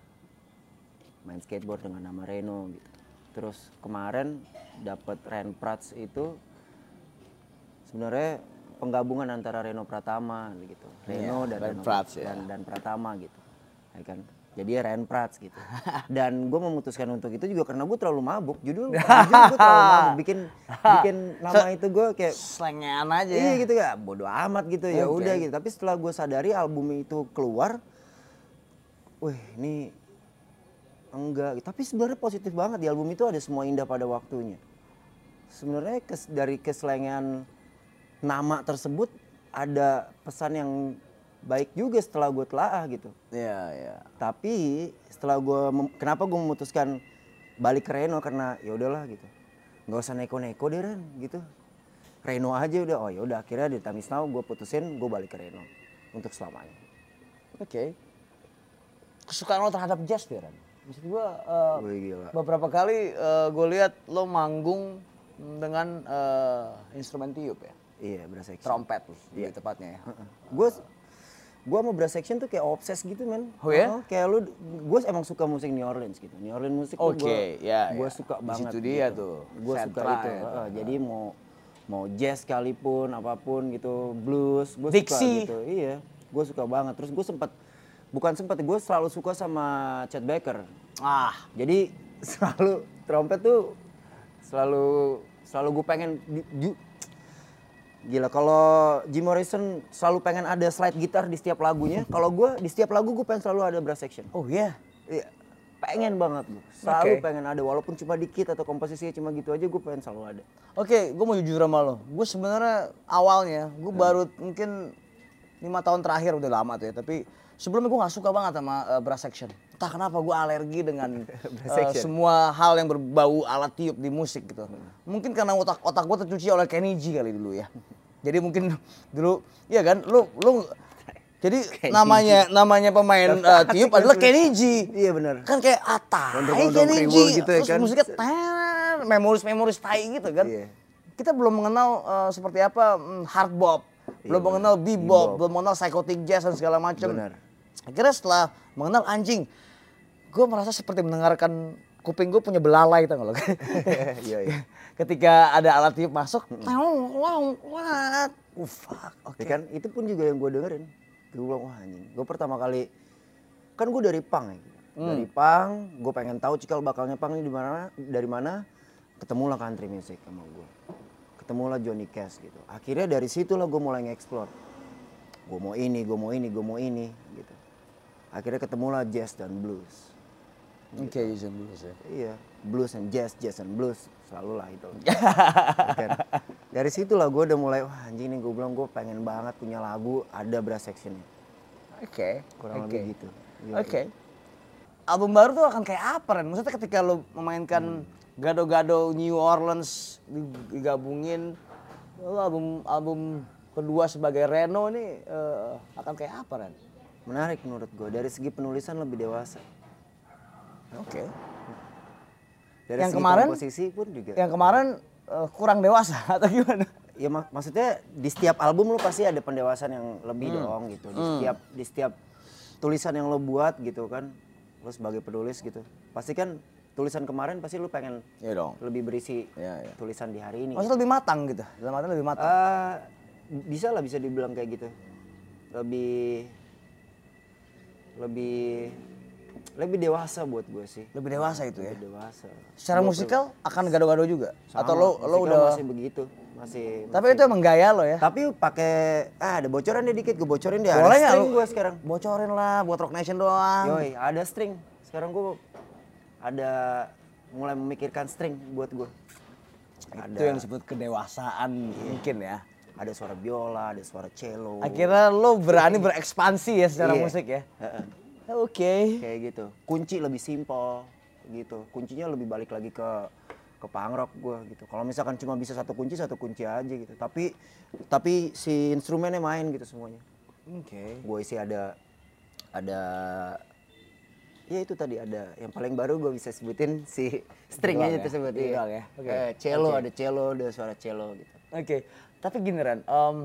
main skateboard dengan nama Reno gitu. Terus kemarin dapat Ren Prats itu sebenarnya penggabungan antara Reno Pratama gitu. Reno yeah, dan Ren Reno Prats dan, ya. dan Pratama gitu. Ya kan? Jadi Ren Prats gitu. Dan gue memutuskan untuk itu juga karena gue terlalu mabuk. Judul, jujur gue terlalu mabuk. Bikin bikin nama itu gue kayak slengean aja. Iya ya. gitu ya, bodo amat gitu ya Okay. udah gitu. Tapi setelah gue sadari album itu keluar, wih ini enggak. Tapi sebenarnya positif banget di album itu ada semua indah pada waktunya. Sebenarnya kes, dari keslengean nama tersebut ada pesan yang baik juga setelah gue telaah gitu. Iya, iya. Tapi setelah gue, kenapa gue memutuskan balik ke Reno karena ya udahlah gitu. Nggak usah neko-neko deh Ren gitu. Reno aja udah, oh ya udah akhirnya di Time Is Now gue putusin gue balik ke Reno untuk selamanya. Oke. Okay. Kesukaan lo terhadap jazz deh Ren? Maksud gue uh, beberapa kali uh, gue lihat lo manggung dengan uh, instrumen tiup ya? Iya, brass section. Trompet iya. Tepatnya ya? Gue Gue sama brass section tuh kayak obses gitu men. Oh ya? Uh, kayak lu, gue emang suka musik New Orleans gitu. New Orleans musik Oke, okay, gue ya, gue ya. suka di banget. Situ dia gitu. tuh. Gue suka itu. Ya, uh, jadi mau mau jazz sekalipun apapun gitu, blues, gue suka gitu. Iya, gue suka banget. Terus gue sempat bukan sempat, gue selalu suka sama Chet Baker. Ah, jadi selalu trompet tuh selalu selalu gue pengen di, di, gila kalau Jim Morrison selalu pengen ada slide gitar di setiap lagunya. Kalau gue di setiap lagu gue pengen selalu ada brass section. Oh iya? Yeah. Iya, pengen banget gue. Selalu okay. pengen ada walaupun cuma dikit atau komposisinya cuma gitu aja gue pengen selalu ada. Oke, okay, gue mau jujur sama lo. Gue sebenarnya awalnya gue hmm. baru mungkin lima tahun terakhir udah lama tuh ya. Tapi sebelumnya gue nggak suka banget sama uh, brass section. Entah kenapa gue alergi dengan uh, semua hal yang berbau alat tiup di musik gitu. Hmm. Mungkin karena otak otak gue tercuci oleh Kenny G kali dulu ya. Jadi mungkin dulu, iya kan, lu lu jadi Kenny namanya G. namanya pemain uh, tiup adalah Kenny G. Iya benar. Kan kayak atai Kenny G, gitu ya, terus kan? Musiknya ten, memoris-memoris tai gitu kan. Iya. Kita belum mengenal uh, seperti apa um, hard bop, iya, belum bener. mengenal bebop, belum mengenal psychotic jazz dan segala macam. Akhirnya setelah mengenal anjing, gue merasa seperti mendengarkan kuping gue punya belalai tau gak lo? Iya, iya. Ketika ada alat tiup masuk, wow, what? Oh fuck, oke. Okay. Kan itu pun juga yang gue dengerin. Gue bilang, wah anjing. Gue pertama kali, kan gue dari punk ya. Hmm. Dari punk, gue pengen tahu cikal bakalnya punk ini di mana, dari mana. Ketemulah country music sama gue. Ketemulah Johnny Cash gitu. Akhirnya dari situlah gue mulai nge-explore. Gue mau ini, gue mau ini, gue mau ini gitu. Akhirnya ketemulah jazz dan blues. Oke, okay, jazz and blues ya. Iya, blues and jazz, jazz and blues, selalu lah itu. Kan? Dari situlah gue udah mulai, wah anjing nih gue bilang gue pengen banget punya lagu ada brass sectionnya. Oke, okay. kurang okay. lebih gitu. Oke. Okay. Album baru tuh akan kayak apa Ren? Maksudnya ketika lo memainkan hmm. gado-gado New Orleans digabungin, lo album album kedua sebagai Reno nih uh, akan kayak apa Ren? Menarik menurut gue, dari segi penulisan lebih dewasa. Oke. Okay. Dari yang segi kemarin, komposisi pun juga. Yang kemarin uh, kurang dewasa atau gimana? Ya mak maksudnya di setiap album lo pasti ada pendewasaan yang lebih hmm. dong gitu. Di hmm. setiap di setiap tulisan yang lo buat gitu kan, lo sebagai penulis gitu. Pasti kan tulisan kemarin pasti lo pengen ya dong. lebih berisi ya, ya. tulisan di hari ini. Maksudnya lebih matang gitu? Dalam artian lebih matang? Uh, bisa lah bisa dibilang kayak gitu. Lebih lebih lebih dewasa buat gue sih. Lebih dewasa itu ya. Lebih dewasa. Secara musikal akan gado-gado juga? Sama, Atau lo lo musikal udah masih begitu, masih. Tapi masih. itu emang gaya lo ya? Tapi pakai ah ada bocoran deh dikit, gue bocorin deh. Boleh ada nggak string lu? gue sekarang. Bocorin lah buat Rock Nation doang. Yoi, ada string. Sekarang gue ada mulai memikirkan string buat gue. Itu yang disebut kedewasaan mungkin ya. Ada suara biola, ada suara cello. Akhirnya lo berani berekspansi ya secara Iya. musik ya? Heeh. Oke. Kayak gitu. Kunci lebih simpel gitu. Kuncinya lebih balik lagi ke ke punk rock gue gitu. Kalau misalkan cuma bisa satu kunci, satu kunci aja gitu. Tapi tapi si instrumennya main gitu semuanya. Oke. Gue isi ada ada ya itu tadi ada yang paling baru gue bisa sebutin si stringnya doang itu ya? sebut Itu iya. doang ya? Oke. Eh, cello Oke. ada cello, ada suara cello gitu. Oke. Tapi gini Ren, em,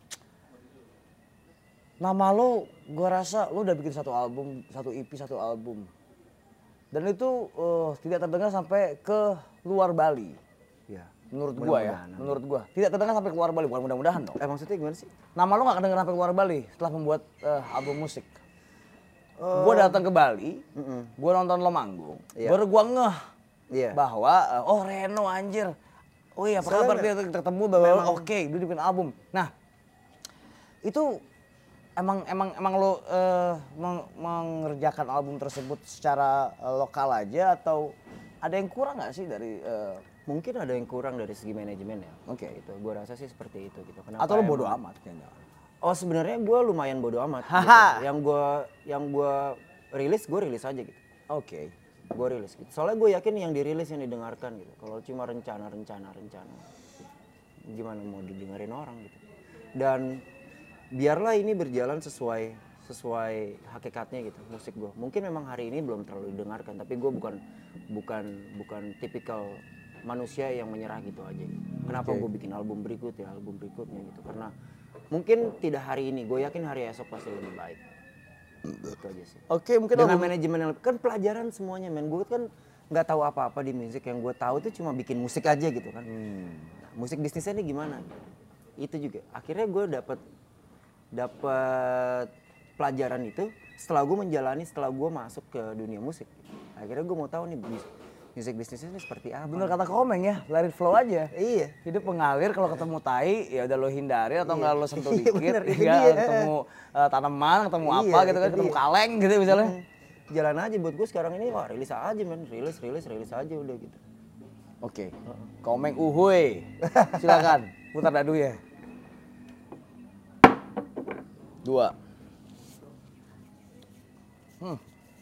nama lo gue rasa lo udah bikin satu album, satu E P, satu album. Dan itu eh, tidak terdengar sampai ke luar Bali. Ya. Menurut gua ya, Mudah-mudahan. menurut gua. Tidak terdengar sampai keluar Bali, bukan mudah-mudahan dong. Eh maksudnya gimana sih? Nama lo gak kedengeran sampai keluar Bali setelah membuat eh, album musik. Gua datang ke Bali, gua nonton lo manggung, Iya. baru gua ngeh Iya. bahwa eh, oh Reno anjir. Oh iya apa Soalnya kabar dia me- ketemu bahwa memang- oke dia bikin album. Nah itu emang emang emang lo eh, meng- mengerjakan album tersebut secara eh, lokal aja atau ada yang kurang nggak sih dari eh, Mungkin ada yang kurang dari segi manajemen ya. Oke. Itu gue rasa sih seperti itu gitu. Kenapa atau lo emang- bodo amat kayaknya? Oh sebenarnya gue lumayan bodo amat. gitu. Haha. Yang gue yang gue rilis gue rilis aja gitu. Oke. Gue rilis gitu. Soalnya gue yakin yang dirilis yang didengarkan gitu. Kalau cuma rencana rencana rencana, gimana mau didengerin orang gitu. Dan biarlah ini berjalan sesuai sesuai hakikatnya gitu musik gue. Mungkin memang hari ini belum terlalu didengarkan, tapi gue bukan bukan bukan tipikal manusia yang menyerah gitu aja. Gitu. Kenapa Oke. gue bikin album berikut ya album berikutnya gitu? Karena mungkin tidak hari ini, gue yakin hari esok pasti lebih baik. Itu aja sih. Oke mungkin Dengan album- manajemen yang kan pelajaran semuanya men. Gue kan nggak tahu apa-apa di musik, yang gue tahu tuh cuma bikin musik aja gitu kan. Hmm. Nah, musik bisnisnya ini gimana? Itu juga. Akhirnya gue dapat dapat pelajaran itu setelah gue menjalani, setelah gue masuk ke dunia musik. Akhirnya gue mau tahu nih bis- musik bisnisnya ini seperti apa. Bener kata Komeng ya, let it flow aja. Iya. Hidup mengalir, kalau ketemu tai ya udah lo hindari atau enggak lo sentuh Iya, dikit. bener, itu ya, dia. ketemu eh, tanaman, ketemu Iya, apa gitu kan, itu ketemu dia. kaleng gitu misalnya. Hmm. Jalan aja buat gue sekarang ini, wah rilis aja men, rilis, rilis, rilis aja udah gitu. Oke, Komeng uhuy. Silakan, putar dadu ya. Dua. Hmm.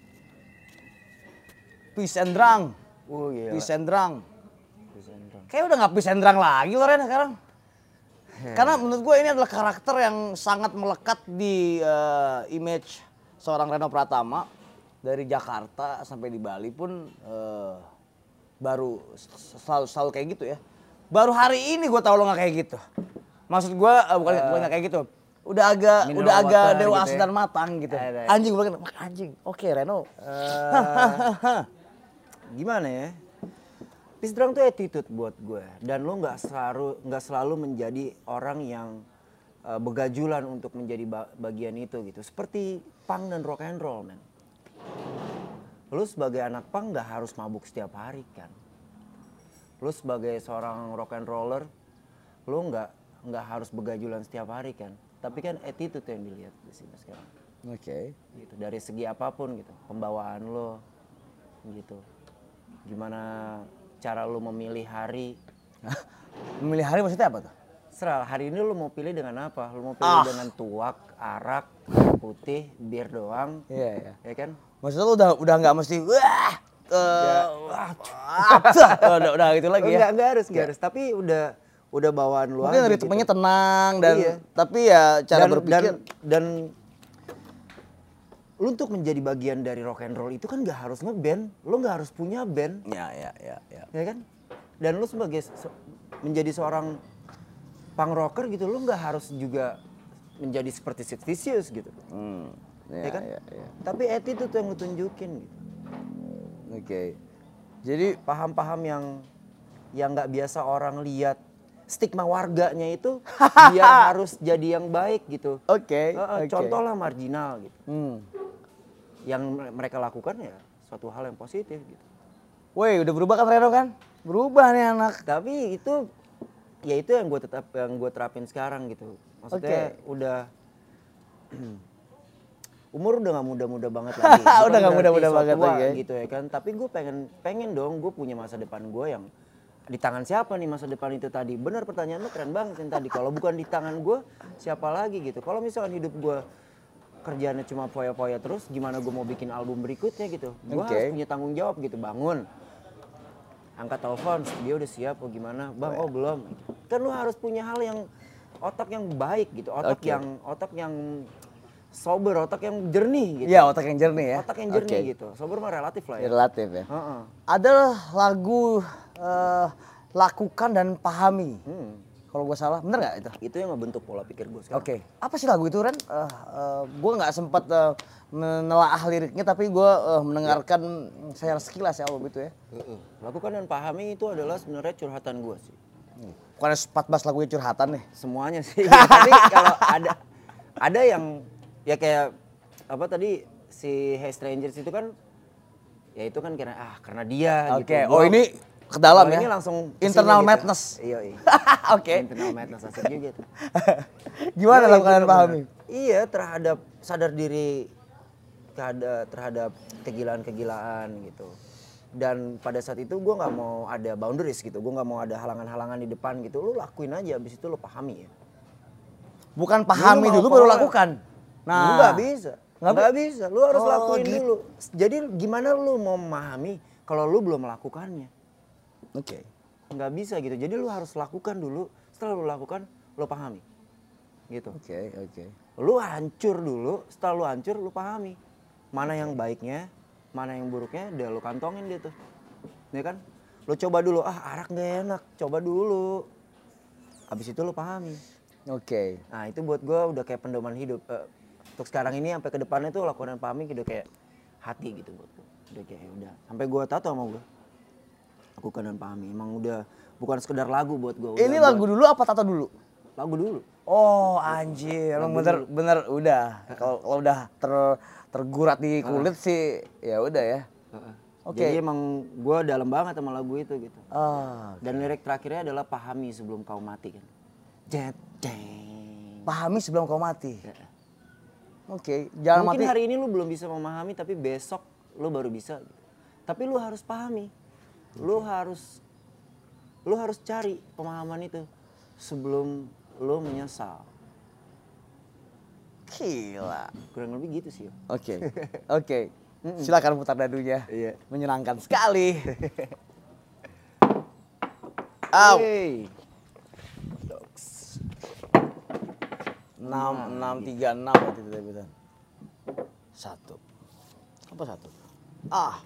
Peace and drang. Oh iya. Peace and drang. Presenter. Kayaknya udah nggak peace and drang lagi lo Ren sekarang. Karena menurut gue ini adalah karakter yang sangat melekat di eh, image seorang Reno Pratama. Dari Jakarta sampai di Bali pun eh, baru selalu, selalu kayak gitu ya. Baru hari ini gue tahu lo nggak kayak gitu. Maksud gue eh, bukan bukan nggak kayak gitu. Udah agak Mineral udah agak water dewasa gitu ya. dan matang gitu. Ada. Anjing gue bilang, "Mak, anjing. Oke Reno." Eh, gimana ya? Peace drang tuh attitude buat gue, dan lo nggak selalu nggak selalu menjadi orang yang uh, begajulan untuk menjadi ba- bagian itu gitu. Seperti punk dan rock and roll men. Lo sebagai anak punk nggak harus mabuk setiap hari kan. Lo sebagai seorang rock and roller, lo nggak nggak harus begajulan setiap hari kan. Tapi kan attitude yang dilihat di sini sekarang. Oke. Gitu, dari segi apapun gitu, pembawaan lo gitu, gimana cara lo memilih hari, Memilih hari maksudnya apa tuh? serah hari ini lo mau pilih dengan apa, lo mau pilih Ah. dengan tuak, arak, air putih, bir doang, Iya iya. ya kan? Maksudnya lu udah udah nggak mesti wah eh, Ya. wah, ah, udah udah gitu lagi ya. Enggak, enggak harus, enggak harus, tapi udah udah bawaan lo Mungkin aja ritmenya gitu. tenang dan Iya. tapi ya cara dan, berpikir dan, dan lu untuk menjadi bagian dari rock and roll itu kan nggak harus ngeband, lu nggak harus punya band, ya ya ya ya. ya kan? Dan lu sebagai se- menjadi seorang punk rocker gitu, lu nggak harus juga menjadi seperti Sid Vicious gitu, Hmm. ya, Ya, kan? ya, ya. Tapi attitude yang lu tunjukin gitu, Oke. Jadi paham-paham yang yang nggak biasa orang lihat stigma warganya itu biar harus jadi yang baik gitu. Oke. Uh, uh, oke. Contoh lah marginal gitu. Hmm. Yang mereka lakukan ya suatu hal yang positif gitu. Woi, udah berubah kan Reno kan? Berubah nih anak. Tapi itu ya itu yang gue tetap yang gue terapin sekarang gitu. Maksudnya Oke. udah umur udah gak muda-muda banget lagi. Udah Bukan nggak berarti muda-muda sok banget tua lagi ya. gitu ya kan. Tapi gue pengen pengen dong gue punya masa depan gue yang di tangan siapa nih masa depan itu tadi. Bener pertanyaan lu keren banget yang tadi. Kalau bukan di tangan gue siapa lagi gitu. Kalau misalkan hidup gue kerjaannya cuma foya-foya terus gimana gue mau bikin album berikutnya gitu. Gue Oke. harus punya tanggung jawab gitu. Bangun. Angkat telepon, dia udah siap oh gimana? Bang, oh belum. Kan lu harus punya hal yang otak yang baik gitu. Otak Oke. yang otak yang sober, otak yang jernih gitu. Iya, otak yang jernih ya. Otak yang jernih Oke. gitu. Sober mah relatif lah ya. Relatif ya. Heeh. Ada lagu eh, lakukan dan pahami. Hmm. Kalau gue salah, bener nggak itu? Itu yang ngebentuk pola pikir gue sekarang. Oke. Apa sih lagu itu Ren? Uh, uh, gue nggak sempat uh, menelaah liriknya, tapi gue uh, mendengarkan secara sekilas ya album itu ya. Heeh. Lakukan dan pahami itu adalah sebenarnya curhatan gue sih. Bukan empat belas lagunya curhatan nih. Semuanya sih. Tapi kalau ada ada yang ya kayak apa tadi si Hey Strangers itu kan ya itu kan karena ah karena dia Oke. gitu. Oh Gua- ini ke dalam Oh, ya. ini langsung kesini Internal gitu. madness. Iya, iya. Oke. Internal madness asik juga tuh. Gimana Iya, lakukan dan bener-bener. pahami? Iya, terhadap sadar diri terhadap, terhadap kegilaan-kegilaan gitu. Dan pada saat itu gue nggak mau ada boundaries gitu, gue nggak mau ada halangan-halangan di depan gitu. Lu lakuin aja, abis itu lu pahami ya. Bukan pahami mau dulu baru pola. lakukan. Nah, nggak bisa, Nggak nggak bi- bisa. Lu harus Oh, lakuin gitu. dulu. Jadi gimana lu mau memahami kalau lu belum melakukannya? Oke. Nggak bisa gitu. Jadi lu harus lakukan dulu. Setelah lu lakukan, lu pahami. Gitu. Oke, oke. Lu hancur dulu. Setelah lu hancur, lu pahami. Mana yang baiknya, mana yang buruknya, udah lu kantongin dia tuh. Ya kan? Lu coba dulu. Ah, arak nggak enak. Coba dulu. Habis itu lu pahami. Oke. Nah itu buat gue udah kayak pedoman hidup. Eh, untuk sekarang ini sampai ke depannya tuh lakukan dan pahami udah kayak hati gitu buat gue. Udah kayak udah. Sampai gue tato sama gue. Lakukan dan pahami. Emang udah bukan sekedar lagu buat gue. Ini lagu dulu apa tato dulu? Lagu dulu. Oh anjir, emang bener bener udah. Kalau kalau udah ter, tergurat di kulit sih, ya udah ya. Oke. Jadi emang gue dalam banget sama lagu itu gitu. Ah, Dan lirik terakhirnya adalah pahami sebelum kau mati kan. Jet, deng. pahami sebelum kau mati. Ya. Oke, jangan Mungkin mati. hari ini lu belum bisa memahami tapi besok lu baru bisa. Gitu. Tapi lu harus pahami. Lu harus lu harus cari pemahaman itu sebelum lu menyesal. Gila. Kurang lebih gitu sih. Oke, oke. Silakan putar dadunya. Iya. Menyenangkan sekali. Au. Hey. enam enam tiga enam berarti itu tadi. Satu. Apa satu? Ah.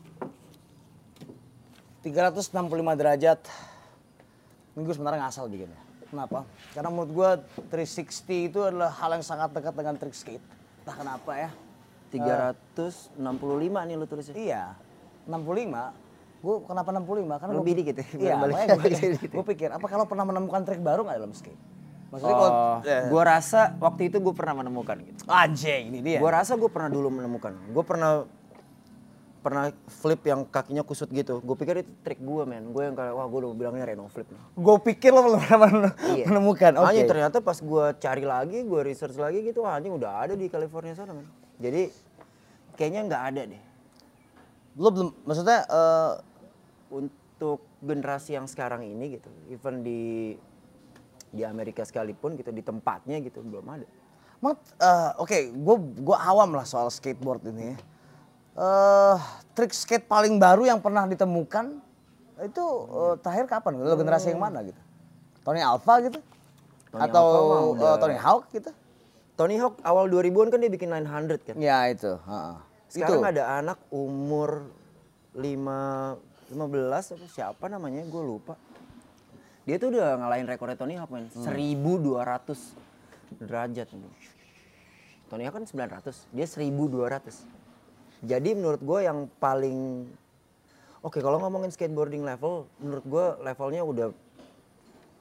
tiga ratus enam puluh lima derajat. Ini gue sebenarnya ngasal bikinnya. Kenapa? Karena menurut gue tiga ratus enam puluh itu adalah hal yang sangat dekat dengan trick skate. Entah kenapa ya. tiga ratus enam puluh lima nih lu tulisnya. Iya. enam puluh lima. Gue kenapa enam puluh lima? Karena Lebih gua- dikit ya, Iya, balik- makanya gue balik dikit ya. gue pikir apa kalau pernah menemukan trik baru nggak dalam skate? Maksudnya kalau Oh, eh, gua rasa waktu itu gue pernah menemukan gitu. anjing ini dia. Gue rasa gue pernah dulu menemukan. Gue pernah pernah flip yang kakinya kusut gitu. Gue pikir itu trik gue men. Gue yang kayak wah gue udah bilangnya Reno flip. Gue pikir lo belum pernah men- Iya. menemukan. Oke. Anjing ternyata pas gue cari lagi, gue research lagi gitu, wah, anjing udah ada di California sana men. Jadi kayaknya nggak ada deh. Lo belum, maksudnya eh, Untuk generasi yang sekarang ini gitu, even di di Amerika sekalipun gitu, di tempatnya gitu belum ada. emang, eh, oke, gue gue awam lah soal skateboard ini. ya. Eh, trik skate paling baru yang pernah ditemukan itu eh, terakhir kapan? Lo generasi yang mana gitu? Tony Alva gitu? Tony Atau Alva mah eh, udah- Tony Hawk gitu? Tony Hawk awal dua ribuan kan dia bikin sembilan ratus kan. Ya itu. heeh. Sekarang itu. ada anak umur lima, lima belas apa siapa namanya gue lupa. Dia tuh udah ngalahin rekornya Tony Hawk men. seribu dua ratus derajat. Tony Hawk kan sembilan ratus, dia seribu dua ratus. Jadi menurut gue yang paling oke kalau ngomongin skateboarding level, menurut gue levelnya udah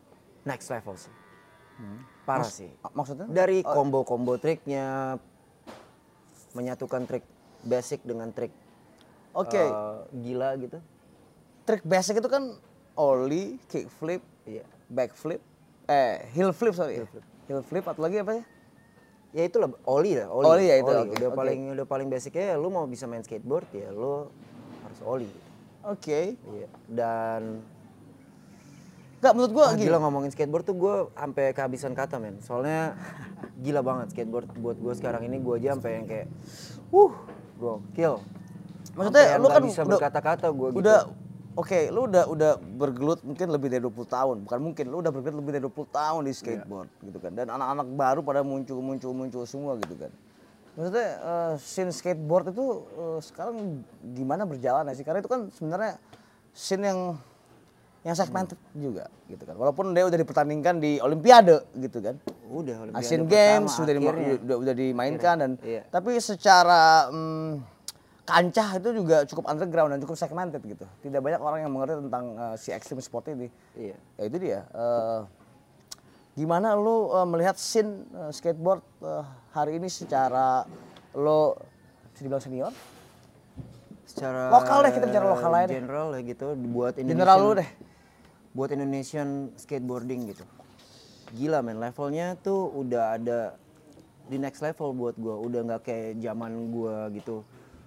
next level sih. Hmm. Parah Mas, sih. Maksudnya? Dari combo-combo triknya, menyatukan trik basic dengan trik Oke. Okay. uh, gila gitu. Trik basic itu kan ollie, kickflip, iya. backflip, eh heel flip sorry. Heel flip, heel flip atau lagi apa ya? Ya itulah ollie lah, ollie. Ollie ya itu. Ollie. Okay. Udah okay. paling udah paling basicnya lu mau bisa main skateboard ya lu harus ollie. Gitu. Oke. Okay. Iya. Dan Gak, menurut gue ah, gila ngomongin skateboard tuh gue sampai kehabisan kata men. Soalnya gila banget skateboard buat gue sekarang ini, gue aja sampai yang kayak uh gokil. Maksudnya lu kan bisa udah, berkata-kata gue gitu. Udah oke, okay, lu udah udah bergelut mungkin lebih dari dua puluh tahun. Bukan mungkin, lu udah bergelut lebih dari dua puluh tahun di skateboard yeah. gitu kan. Dan anak-anak baru pada muncul-muncul-muncul semua gitu kan. Maksudnya uh, scene skateboard itu uh, sekarang gimana berjalan sih? Karena itu kan sebenarnya scene yang yang segmented hmm. juga gitu kan. Walaupun dia udah dipertandingkan di Olimpiade gitu kan. Udah Olimpiade Asian Games pertama, udah, di, udah udah dimainkan akhirnya. Dan iya. Tapi secara um, kancah itu juga cukup underground dan cukup segmented gitu. Tidak banyak orang yang mengerti tentang uh, si extreme sport ini. Iya. Ya itu dia. Uh, gimana lu uh, melihat scene uh, skateboard uh, hari ini secara lo bisa dibilang senior? Secara lokal deh, kita bicara lokal aja deh. General ya gitu buat Indonesian. General lu deh. Buat Indonesian skateboarding gitu. Gila men, levelnya tuh udah ada di next level buat gua. Udah nggak kayak zaman gua gitu.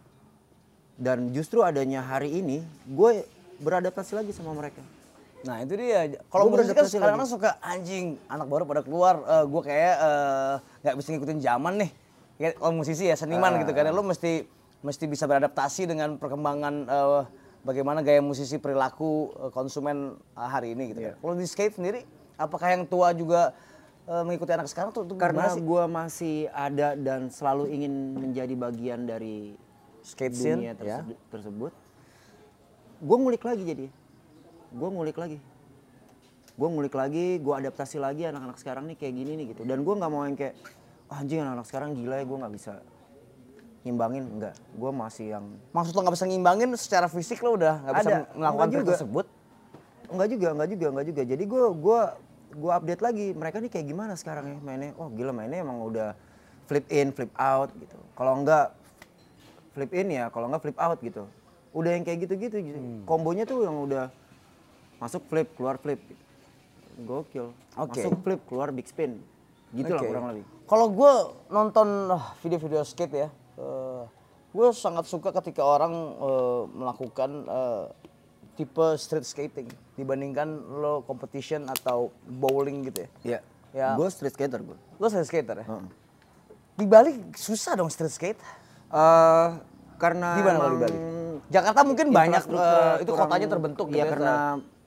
Dan justru adanya hari ini, gue beradaptasi lagi sama mereka. Nah itu dia. Kalau musik kan sekarang suka anjing, anak baru pada keluar, uh, gue kayak nggak uh, bisa ngikutin zaman nih. Ya, kalau musisi ya seniman uh. gitu kan, lo mesti mesti bisa beradaptasi dengan perkembangan uh, bagaimana gaya musisi perilaku uh, konsumen uh, hari ini gitu yeah. kan. Kalau di skate sendiri, apakah yang tua juga uh, mengikuti anak sekarang tuh? Karena gue masih ada dan selalu ingin menjadi bagian dari skate dunia scene, tersebut, ya. tersebut. Gue ngulik lagi jadi, gue ngulik lagi, gue ngulik lagi, gue adaptasi lagi anak-anak sekarang nih kayak gini nih gitu. Dan gue nggak mau yang kayak, oh, anjing anak-anak sekarang gila ya, gue nggak bisa ngimbangin, enggak. Gue masih yang. Maksud lo nggak bisa ngimbangin secara fisik lo udah nggak bisa melakukan trik tersebut? Enggak juga, enggak juga, enggak juga. Jadi gue gue gue update lagi mereka nih kayak gimana sekarang ya mainnya. Oh gila mainnya emang udah flip in, flip out gitu. Kalau enggak flip in ya, kalau enggak flip out gitu. Udah yang kayak gitu-gitu gitu. Hmm. Kombonya tuh yang udah masuk flip, keluar flip gitu. Gokil. Okay. Masuk flip, keluar big spin. Gitu okay. lah kurang lebih. Kalau gue nonton video-video skate ya, uh, gue sangat suka ketika orang uh, melakukan uh, tipe street skating dibandingkan lo competition atau bowling gitu ya. Iya. Ya. Gue street skater gue. Lo street skater ya? Uh-uh. Di Bali susah dong street skate? Uh, karena di mana kalau di Bali? Jakarta mungkin banyak, uh, itu kurang, kotanya terbentuk. Iya gitu, karena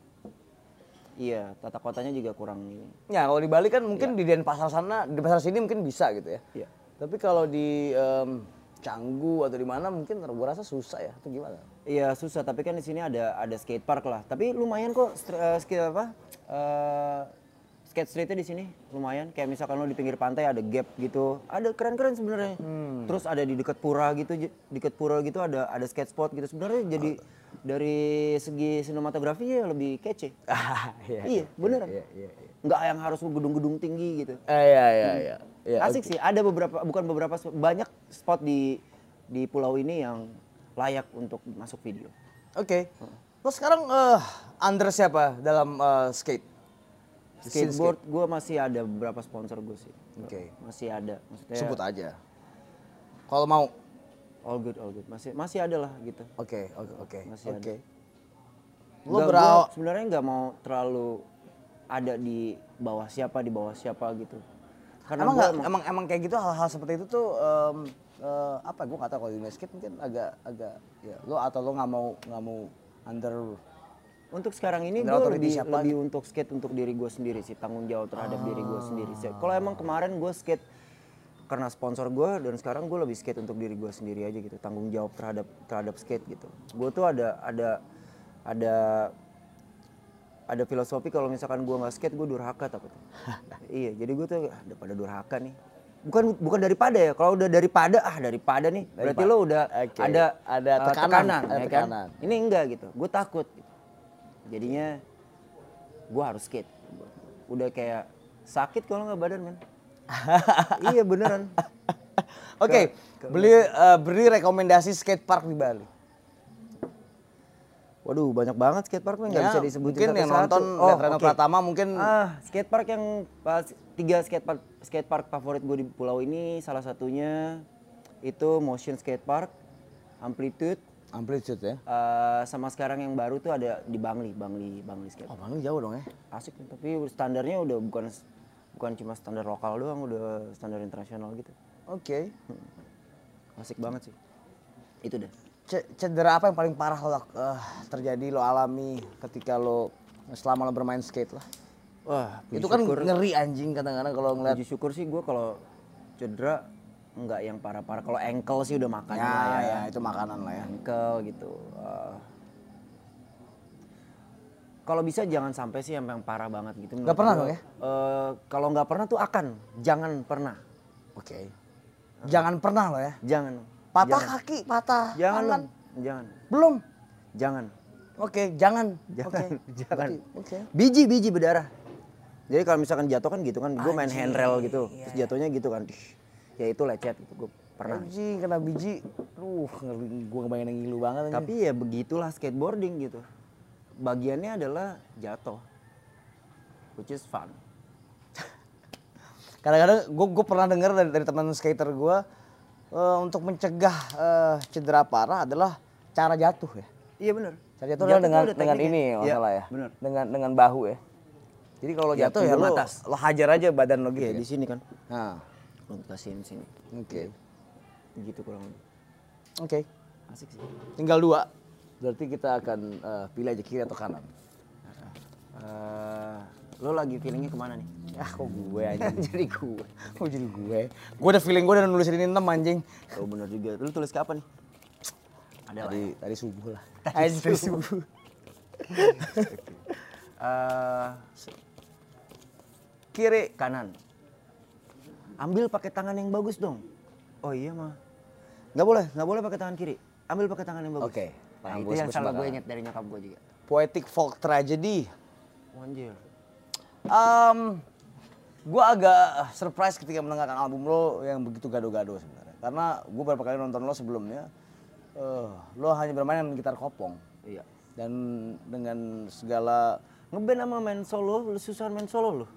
iya tata kotanya juga kurang ini. Ya kalau di Bali kan mungkin ya. Di Denpasar sana, di pasar sini mungkin bisa gitu ya. Iya. Tapi kalau di um, Canggu atau di mana mungkin gue rasa susah ya, atau gimana? Iya susah, tapi kan di sini ada ada skate park lah. Tapi lumayan kok uh, skate apa? Uh, skate streetnya di sini lumayan. Kayak misalkan lo di pinggir pantai ada gap gitu, ada keren-keren sebenarnya. Hmm. Terus ada di dekat pura gitu, dekat pura gitu ada ada skate spot gitu. Sebenarnya jadi oh. dari segi sinematografinya lebih kece. Ah, iya, iya, bener. Iya, iya, iya. Nggak yang harus gedung-gedung tinggi gitu. Ah, iya, iya, hmm. iya. Ya, asik okay. sih, ada beberapa, bukan beberapa, banyak spot di di pulau ini yang layak untuk masuk video. Oke. Okay. Hmm. Lo sekarang uh, under siapa dalam uh, skate? Skateboard skate. Gue masih ada beberapa sponsor gue sih. Oke. Okay. Masih ada. Maksudnya, sebut aja. Kalau mau. All good, all good. Masih masih ada lah gitu. Oke, okay, oke, okay, oke. Okay. Masih okay. ada. Lo berawal sebenarnya nggak mau terlalu ada di bawah siapa, di bawah siapa gitu. Karena emang, gak, emang, emang emang kayak gitu hal-hal seperti itu tuh um, uh, apa gue nggak tahu kalau di skate mungkin agak agak ya lo atau lo nggak mau nggak mau under untuk sekarang ini gue lebih siapa? Lebih untuk skate untuk diri gue sendiri sih, tanggung jawab terhadap ah. diri gue sendiri sih. Kalau emang kemarin gue skate karena sponsor gue dan sekarang gue lebih skate untuk diri gue sendiri aja gitu, tanggung jawab terhadap terhadap skate gitu. Gue tuh ada ada ada ada filosofi kalau misalkan gue nggak skate gue durhaka takut. Iya, jadi gue tuh daripada durhaka nih. Bukan bukan daripada ya, kalau udah daripada ah daripada nih, daripada. Berarti lo udah okay. ada ada tekanan, uh, tekanan, ada ya tekanan. Kan? Ini enggak gitu, gue takut. Gitu. Jadinya gue harus skate. udah kayak sakit kalau nggak badan men. Iya beneran. Oke, okay, beli uh, beri rekomendasi skatepark di Bali. Waduh banyak banget skatepark men, nggak Ya, bisa disebutin mungkin satu yang satu. nonton Oh, lihat Reno oke. Pratama mungkin Ah, skatepark yang pas tiga skatepark skatepark favorit gue di pulau ini salah satunya itu Motion Skatepark, Amplitude, Amplitude ya. uh, sama sekarang yang baru tuh ada di Bangli, Bangli, Bangli Oh, Skatepark. Bangli jauh dong ya. Asik nih, tapi standarnya udah bukan bukan cuma standar lokal doang, udah standar internasional gitu. Oke. Hmm. Asik banget sih. Itu deh. C- cedera apa yang paling parah lo uh, terjadi lo alami ketika lo selama lo bermain skate lah? Wah, Itu kan ngeri anjing kadang-kadang kalau ngeliat. Puji syukur sih gue kalau cedera nggak yang parah-parah. Kalau ankle sih udah makan Ya, lah ya. ya, itu makanan lah ya. Ankle gitu. Uh, kalau bisa jangan sampai sih yang parah banget gitu. Nggak pernah dong ya? Uh, kalau nggak pernah tuh akan, jangan pernah. Oke. Okay. Jangan pernah lo ya. Jangan. Patah jangan. kaki, patah Jangan tangan. dong. Jangan. Belum. Jangan. Oke, jangan. Jangan. Oke. Jangan. Oke. Biji biji berdarah. Jadi kalau misalkan jatuh kan gitu kan, gue main Anjing, handrail gitu, iya. terus jatuhnya gitu kan, ya itu lecet gitu, gue pernah. Anjing kena biji. Aduh, ngeri, gua ngebayangin ngilu banget anjing. Tapi ya begitulah skateboarding gitu. Bagiannya adalah jatuh, which is fun. Kadang-kadang gue gue pernah dengar dari, dari teman skater gue uh, untuk mencegah uh, cedera parah adalah cara jatuh ya. Iya benar. Cara jatuh adalah dengan dengan ini ya, masalah ya. Bener. Dengan dengan bahu ya. Jadi kalau lo jatuh ya, Jatuh lo, atas. lo hajar aja badan lo gitu. Iya Ya? di sini kan. Nah, Lo kasihin sini. oke. Okay. Gitu kurang lebih. Oke. Okay. Asik sih. Tinggal dua. Berarti kita akan uh, pilih aja kiri atau kanan. Uh, lo lagi feelingnya kemana nih? Ah kok gue aja. Jadi gue. Kok jadi gue? Gue udah feeling gue udah nulisin ini enam anjing. Oh bener juga. Lo tulis ke apa nih? Ada lah. Tadi tadi subuh lah. Tadi Tadi subuh. uh, Kiri. kanan. Ambil pakai tangan yang bagus dong. Oh iya mah. Nggak boleh, nggak boleh pakai tangan kiri. Ambil pakai tangan yang bagus. Oke. Nah, Tangan itu gua yang salah gue sebelahan. inget dari nyokap gue juga. Poetic folk tragedy. Anjir. Um, gue agak surprise ketika mendengarkan album lo yang begitu gado-gado sebenarnya. Karena gue beberapa kali nonton lo sebelumnya, uh, lo hanya bermain dengan gitar kopong. Iya. Dan dengan segala Ngeband sama main solo, lu susah main solo lu.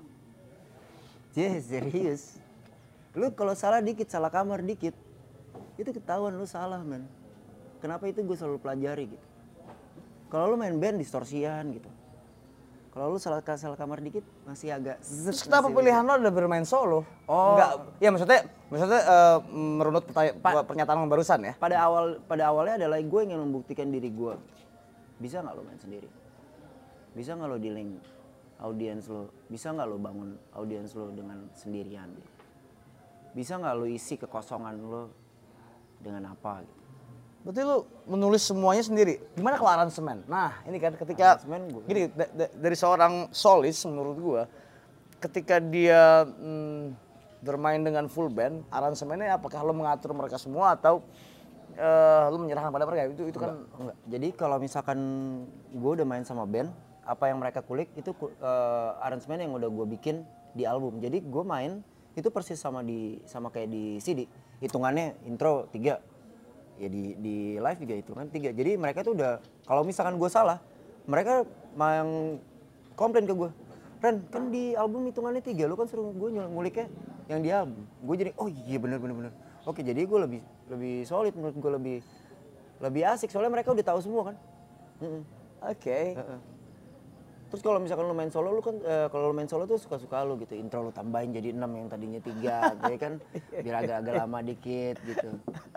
Yes, serius. Lu kalau salah dikit, salah kamar dikit, itu ketahuan lu salah men. Kenapa itu gue selalu pelajari gitu. Kalau lu main band distorsian gitu. Kalau lu salah salah kamar dikit masih agak. Terus kenapa pilihan lo udah bermain solo? Oh. Enggak, ya maksudnya, maksudnya uh, merunut pertanya- Pa- pernyataan yang barusan ya. Pada awal pada awalnya adalah gue ingin membuktikan diri gue. Bisa nggak lo main sendiri? Bisa nggak lo dealing audiens lo? Bisa nggak lo bangun audiens lo dengan sendirian? Gitu? Bisa nggak lo isi kekosongan lo dengan apa? Gitu? Berarti lu menulis semuanya sendiri. Gimana kalau aransemen? Nah, ini kan ketika Aransemen gua- gini da- da- dari seorang solis menurut gua, ketika dia mm, bermain dengan full band, aransemennya apakah lo mengatur mereka semua atau eh, lo menyerahkan pada mereka? Itu itu kan Enggak. Jadi kalau misalkan gue udah main sama band, apa yang mereka kulik itu uh, aransemen yang udah gue bikin di album. Jadi gue main itu persis sama di sama kayak di C D. Hitungannya intro tiga, ya di di live juga hitungan tiga. Jadi mereka tuh udah kalau misalkan gue salah, mereka yang komplain ke gue. Ren, kan di album hitungannya tiga, lu kan suruh gue nguliknya yang di album. Gue jadi oh iya bener bener bener. Oke jadi gue lebih lebih solid menurut gue lebih lebih asik soalnya mereka udah tahu semua kan. Mm-mm. oke. Heeh. Terus kalau misalkan lu main solo lu kan eh, kalau lu main solo tuh suka-suka lu gitu. Intro lu tambahin jadi enam yang tadinya tiga, jadi kan biar agak-agak lama dikit gitu.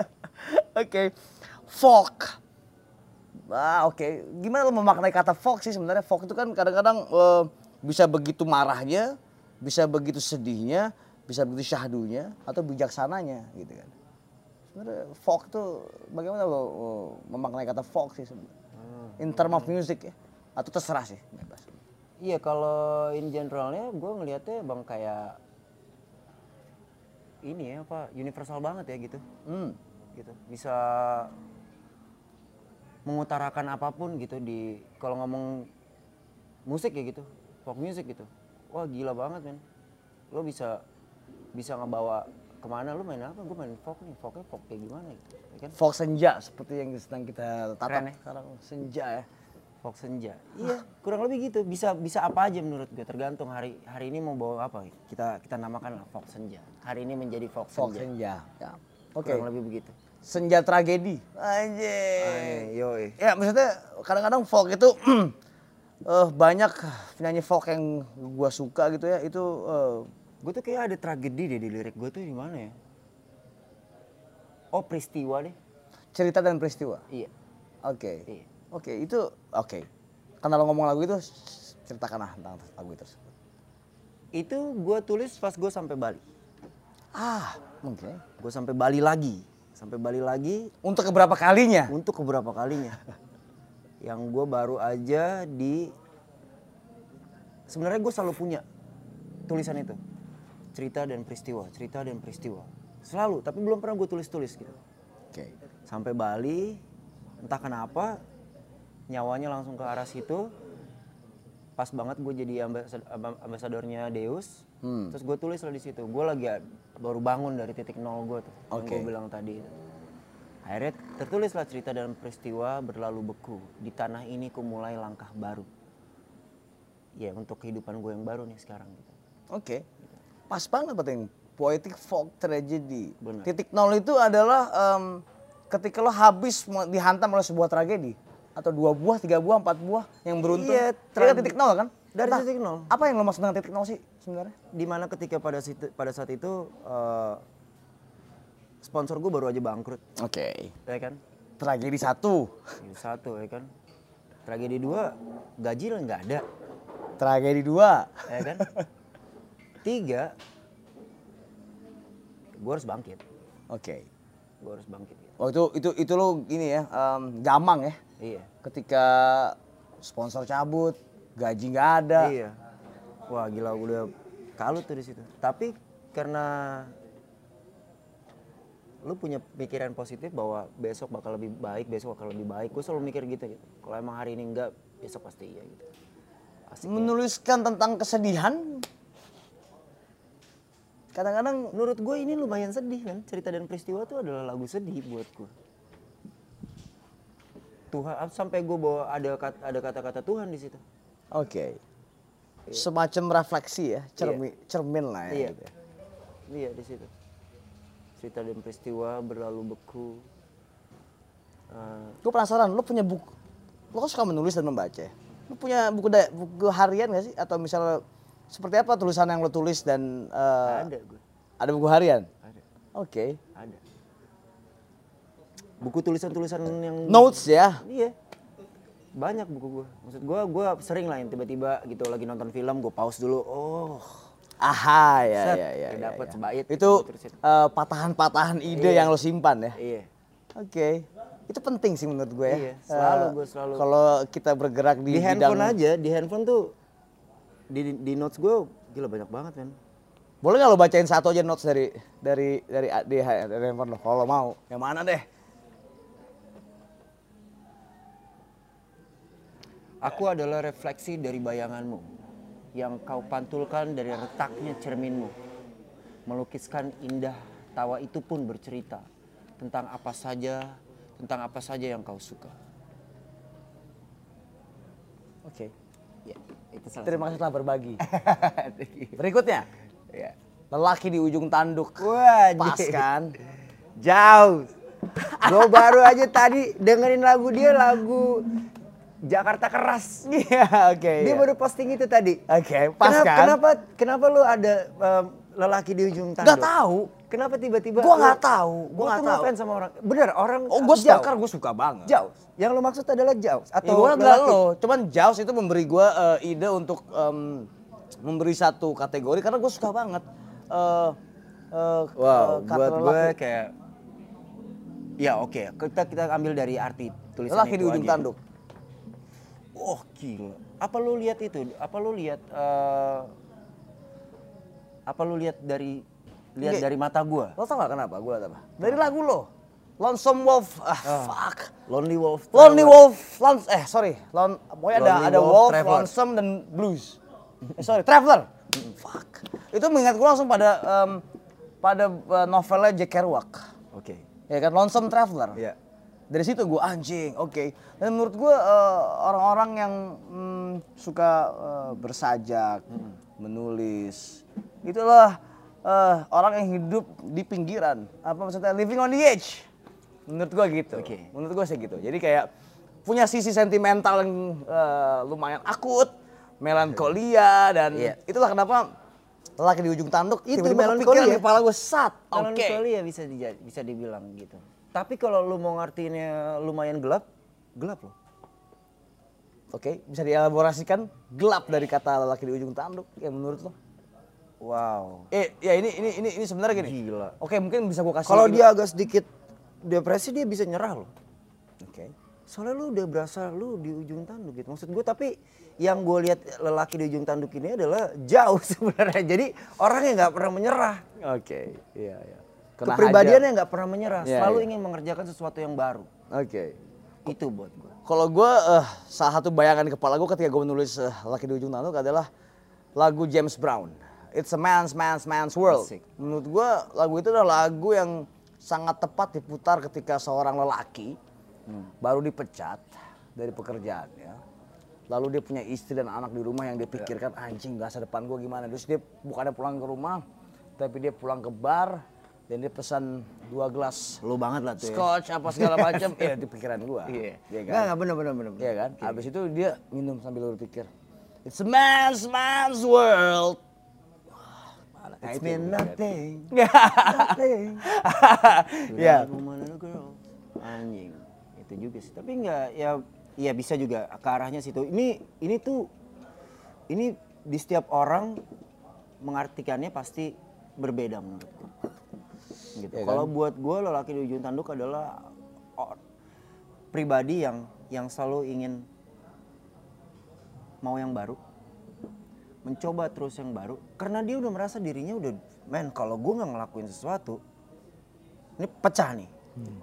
Oke. Folk. Ah, oke. Gimana lo memaknai kata folk sih sebenarnya? Folk itu kan kadang-kadang eh, bisa begitu marahnya, bisa begitu sedihnya, bisa begitu syahdunya atau bijaksananya gitu kan. Sebenarnya folk tuh bagaimana lo eh, memaknai kata folk sih sebenarnya? In term of music ya? Atau terserah sih, bebas. Iya kalau in generalnya gue ngelihatnya bang kayak ini ya apa universal banget ya gitu. Hmm. Gitu bisa mengutarakan apapun gitu di kalau ngomong musik ya gitu folk music gitu wah gila banget men. Lo bisa bisa ngebawa kemana, lo main apa? Gue main folk nih, folknya folk kayak gimana gitu. Ya kan? Folk senja seperti yang sedang kita tatap Keren ya? sekarang, senja ya. Folk senja. Iya, kurang lebih gitu. Bisa bisa apa aja menurut gue, tergantung hari hari ini mau bawa apa. Kita kita namakan lah folk senja. Hari ini menjadi folk, Folk senja. senja. Ya. Oke. Kurang lebih begitu. Senja tragedi. Anjir. Aneh, yoi. Ya maksudnya kadang-kadang folk itu eh banyak penyanyi folk yang gua suka gitu ya. Itu eh, Gue tuh kayak ada tragedi deh di lirik gue tuh di mana ya? Oh, peristiwa deh. cerita dan peristiwa. Iya. Oke. Iya. Oke, itu oke. Karena lo ngomong lagu itu, ceritakanlah tentang lagu itu. Itu gue tulis pas gue sampai Bali. Ah, oke. Gue sampai Bali lagi. Sampai Bali lagi Untuk keberapa kalinya? untuk keberapa kalinya. Yang gue baru aja di... Sebenarnya gue selalu punya tulisan itu. Cerita dan peristiwa, cerita dan peristiwa. Selalu, tapi belum pernah gue tulis-tulis gitu. Oke. Sampai Bali, entah kenapa nyawanya langsung ke arah situ. Pas banget gue jadi ambasad ambasadornya Deus. Hmm. Terus gue tulis lah di situ. Gue lagi baru bangun dari titik nol gue tuh. Yang Oke. gue bilang tadi. Akhirnya tertulislah cerita dan peristiwa berlalu beku. Di tanah ini ku mulai langkah baru. Ya untuk kehidupan gue yang baru nih sekarang. Gitu. Oke. Pas banget penting. Poetic folk tragedy. Benar. Titik nol itu adalah em, ketika lo habis mau dihantam oleh sebuah tragedi. Atau dua buah, tiga buah, empat buah yang beruntun. Iya, Itu kan trage- titik nol kan? Dari Nah, titik nol. Apa yang lo maksud dengan titik nol sih sebenarnya? Dimana ketika pada situ, pada saat itu eh, sponsor gue baru aja bangkrut, Oke. ya kan? Tragedi satu. Ini satu ya kan. Tragedi dua, gaji lah nggak ada, Tragedi dua. ya kan? Tiga, gue harus bangkit, Oke. gue harus bangkit. Gitu. Oh itu itu itu lo gini ya, em, gamang ya. Iya. Ketika sponsor cabut, gaji nggak ada. Iya. Wah gila gue udah kalut tuh di situ. Tapi karena lu punya pikiran positif bahwa besok bakal lebih baik, besok bakal lebih baik. Gue selalu mikir gitu gitu. Kalau emang hari ini enggak, besok pasti iya gitu. Asik ya. Menuliskan tentang kesedihan. Kadang-kadang Menurut gue ini lumayan sedih kan. Cerita dan peristiwa tuh adalah lagu sedih buat gue. Tuhan sampai gue bawa ada kat- ada kata-kata Tuhan di situ. oke. Semacam refleksi ya, cermin, cermin lah ya. Iya. gitu ya. Iya di situ. Cerita dan peristiwa berlalu beku. Eh, Gue penasaran, lo punya buku, lo kan suka menulis dan membaca ya? Lo punya buku, da- buku harian gak sih? Atau misalnya seperti apa tulisan yang lo tulis dan... eh, ada gue. Ada buku harian? Ada. Oke. Ada. Buku tulisan-tulisan yang Notes ya? Iya. Banyak buku gue. Maksud gue, gue sering lah yang tiba-tiba gitu lagi nonton film, gue pause dulu. Oh, Aha, ya, set, ya, ya. kayak ya, dapet ya. sebait. Itu gitu, terusin. eh, patahan-patahan ide Iya. yang lo simpan ya? Iya. Oke. Itu penting sih menurut gue ya. Iya, selalu Eh, gue selalu. Kalau kita bergerak di, Di, bidang... handphone aja, di handphone tuh di di notes gue gila banyak banget kan. Boleh nggak lo bacain satu aja notes dari dari dari dari, dari handphone lo kalau lo mau? Yang mana deh? Aku adalah refleksi dari bayanganmu yang kau pantulkan dari retaknya cerminmu. Melukiskan indah tawa itu pun bercerita tentang apa saja, tentang apa saja yang kau suka. Oke. Ya, itu salah Terima kasih telah berbagi. satu. Berikutnya, Ya. lelaki di ujung tanduk. Wah, Pas kan? jauh. Gue baru aja tadi dengerin lagu dia, lagu Jakarta Keras. Iya, oke. Dia iya. baru posting itu tadi. Oke, pas kenapa, kan? Kenapa kenapa lu ada um, lelaki di ujung tanduk? Nggak tahu. Kenapa tiba-tiba? Gua lu- nggak tahu, gua Gua nggak tuh tahu. ngefans sama orang. Bener orang. Oh, gue jauh. stalker, gue suka banget. Jauh. Yang lu maksud adalah jauh Ya, atau gue nggak lelaki? lo, cuman Jaws itu memberi gue eh, ide untuk em, memberi satu kategori karena gue suka banget. eh eh, Wow, eh, kata buat gue lelaki. kayak ya oke, kita kita ambil dari arti tulisan Lelaki itu di ujung aja. tanduk. Oh gila. Apa lu lihat itu? Apa lu lihat eh, apa lu lihat dari lihat Nggak. dari mata gua? Lo tau gak kenapa? Gue apa? Dari lagu lo. Lonesome Wolf. Ah, fuck. Lonely Wolf. Lonely Traveler. Wolf. Lons eh sorry. Lon, pokoknya ada Lonely ada Wolf Wolf, Traveler. Lonesome dan Blues. Eh, sorry, Traveler. Fuck. Itu mengingat gue langsung pada um, pada uh, novelnya Jack Kerouac. Oke. Okay. Ya kan, Lonesome Traveler. Iya. Dari situ gue anjing, oke. Okay. Dan menurut gue uh, orang-orang yang mm, suka uh, bersajak, hmm. menulis, itulah uh, orang yang hidup di pinggiran. Apa maksudnya? Living on the edge. Menurut gue gitu. Okay. Menurut gue sih gitu. Jadi kayak punya sisi sentimental yang uh, lumayan akut, melankolia dan yeah. itulah kenapa lelaki di ujung tanduk itu tiba-tiba kepikiran di kepala gue sat. Oke. Melankolia bisa di, bisa dibilang gitu. Tapi kalau lu mau ngartiinnya lumayan gelap, gelap loh. Oke, bisa dielaborasikan gelap dari kata lelaki di ujung tanduk ya menurut lo? Wow. Eh, ya ini ini ini ini sebenarnya gini. Gila. Oke, mungkin bisa gua kasih. Kalau dia agak sedikit depresi dia bisa nyerah loh. Oke. Soalnya lu udah berasa lu di ujung tanduk gitu. Maksud gue tapi yang gue lihat lelaki di ujung tanduk ini adalah jauh sebenarnya. Jadi orang yang nggak pernah menyerah. Oke, iya iya. Kena kepribadiannya nggak pernah menyerah, yeah, selalu yeah. ingin mengerjakan sesuatu yang baru. Oke. Okay. Itu buat gue. Kalau gue, uh, salah satu bayangan di kepala gue ketika gue menulis uh, Laki di Ujung Tanduk adalah lagu James Brown. It's a man's, man's, man's world. Asik. Menurut gue lagu itu adalah lagu yang sangat tepat diputar ketika seorang lelaki hmm. baru dipecat dari pekerjaannya. Lalu dia punya istri dan anak di rumah yang dia pikirkan, yeah. anjing masa depan gue gimana. Terus dia bukannya pulang ke rumah, tapi dia pulang ke bar. Dan dia pesan dua gelas lu banget lah tuh scotch ya. Apa segala macam ya di pikiran gua. Iya yeah. kan? Nggak bener bener bener. Iya kan? Okay. Habis itu dia minum sambil berpikir. It's a man's man's world. Mana? It's mean nothing. Nothing. Ya. Girl. Anjing. Itu juga sih. Tapi nggak ya ya bisa juga ke arahnya situ. Ini ini tuh ini di setiap orang mengartikannya pasti berbeda menurutku. Gitu. Ya, kalau kan? Buat gue lelaki di ujung tanduk adalah oh, pribadi yang yang selalu ingin mau yang baru, mencoba terus yang baru, karena dia udah merasa dirinya udah, men kalau gue nggak ngelakuin sesuatu, ini pecah nih, hmm.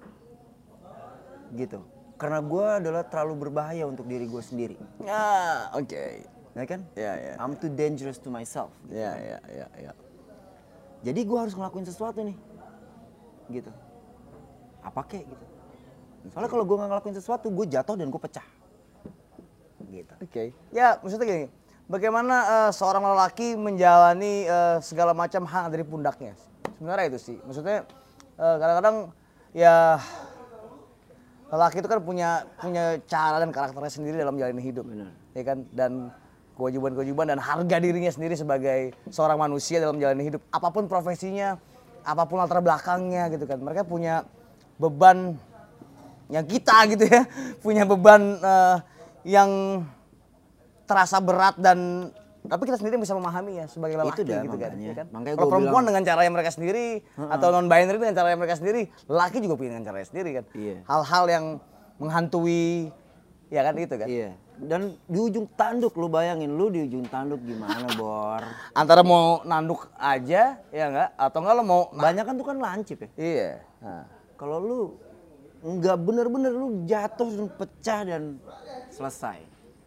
gitu. Karena gue adalah terlalu berbahaya untuk diri gue sendiri. Ah, oke. Okay. Ya kan? Ya yeah, ya. Yeah. I'm too dangerous to myself. Ya gitu. ya ya ya. Jadi gue harus ngelakuin sesuatu nih, gitu. Apa kek gitu. Soalnya kalau gue nggak ngelakuin sesuatu, gue jatuh dan gue pecah. Gitu. Oke. Okay. Ya maksudnya gini, bagaimana uh, seorang lelaki menjalani uh, segala macam hal dari pundaknya? Sebenarnya itu sih. Maksudnya uh, kadang-kadang ya lelaki itu kan punya punya cara dan karakternya sendiri dalam menjalani hidup. Benar. Ya kan? Dan kewajiban-kewajiban dan harga dirinya sendiri sebagai seorang manusia dalam menjalani hidup. Apapun profesinya, apapun latar belakangnya gitu kan. Mereka punya beban yang kita gitu ya. Punya beban uh, yang terasa berat dan tapi kita sendiri bisa memahami ya sebagai lelaki dah, gitu kan. Ya kan? Makanya kalau perempuan bilang, dengan caranya mereka sendiri uh-uh. atau non-binary dengan caranya mereka sendiri, lelaki juga punya dengan caranya sendiri kan. Iya. Hal-hal yang menghantui ya kan itu kan. Iya. Dan di ujung tanduk lu bayangin lu di ujung tanduk gimana Bor? Antara mau nanduk aja ya enggak atau enggak lo mau banyak kan tuh kan lancip ya. Iya. Nah. Kalau lu enggak bener-bener lu jatuh dan pecah dan selesai.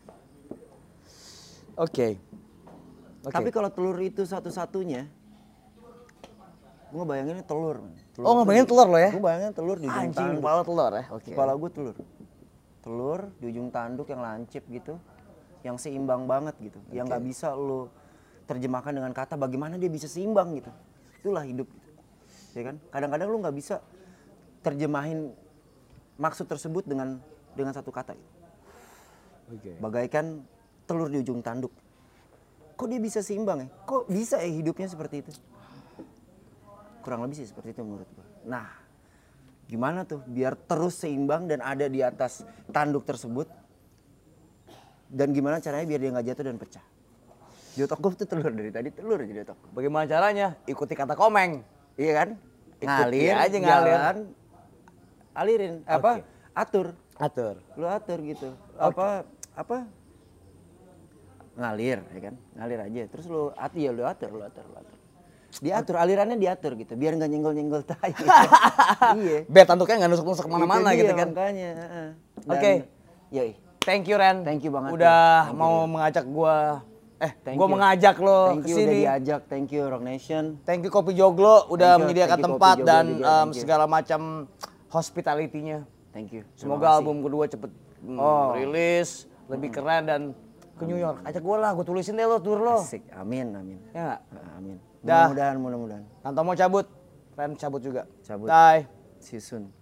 Oke. Okay. Okay. Tapi kalau telur itu satu-satunya, gue bayanginnya telur. telur oh ngebayangin telur lo ya? Gue bayangin telur di ujung Anjing, tanduk. kepala telur ya? Okay. Kepala gue telur. Telur di ujung tanduk yang lancip gitu, yang seimbang banget gitu, okay. yang nggak bisa lo terjemahkan dengan kata bagaimana dia bisa seimbang gitu. Itulah hidup, gitu. Ya kan? Kadang-kadang lo nggak bisa terjemahin maksud tersebut dengan dengan satu kata. Gitu. Okay. Bagaikan telur di ujung tanduk. Kok dia bisa seimbang ya? Kok bisa ya hidupnya seperti itu? Kurang lebih sih seperti itu menurut gue. Nah, gimana tuh biar terus seimbang dan ada di atas tanduk tersebut? Dan gimana caranya biar dia nggak jatuh dan pecah? Di otak gue tuh telur dari tadi telur aja di otak. Bagaimana caranya? Ikuti kata komeng, iya kan? Ikuti ngalir aja ngalir. Jalan, alirin, apa? Okay. Atur. Atur. Lu atur gitu. Okay. Apa? Apa? Ngalir, ya kan? Ngalir aja. Terus lu atur ya lu atur, lu atur, lu atur. Diatur, alirannya diatur gitu, biar nggak nyenggol-nyenggol tai. Iya. Biar tanduknya nggak nusuk-nusuk kemana-mana gitu kan. Makanya. Oke. Okay. Yoi. Thank you Ren. Thank you banget. Udah ya. mau you. mengajak gua Eh, Thank gue you. mengajak lo Thank ke you udah sini. diajak, thank you Rock Nation. Thank you Kopi Joglo udah Thank you, menyediakan thank you, tempat Kopi Joglo dan juga, em, thank you. segala macam hospitality-nya. Thank you. Terima Semoga kasih. album kedua cepet mm, Oh. rilis, lebih keren dan ke New York. Ajak gue lah, gue tulisin deh lo tour lo. Asik, amin, amin. Ya nggak? Ah, Amin. Dah. Mudah-mudahan, mudah-mudahan. Tanto mau cabut, Ren cabut juga. Cabut. Bye. See you soon.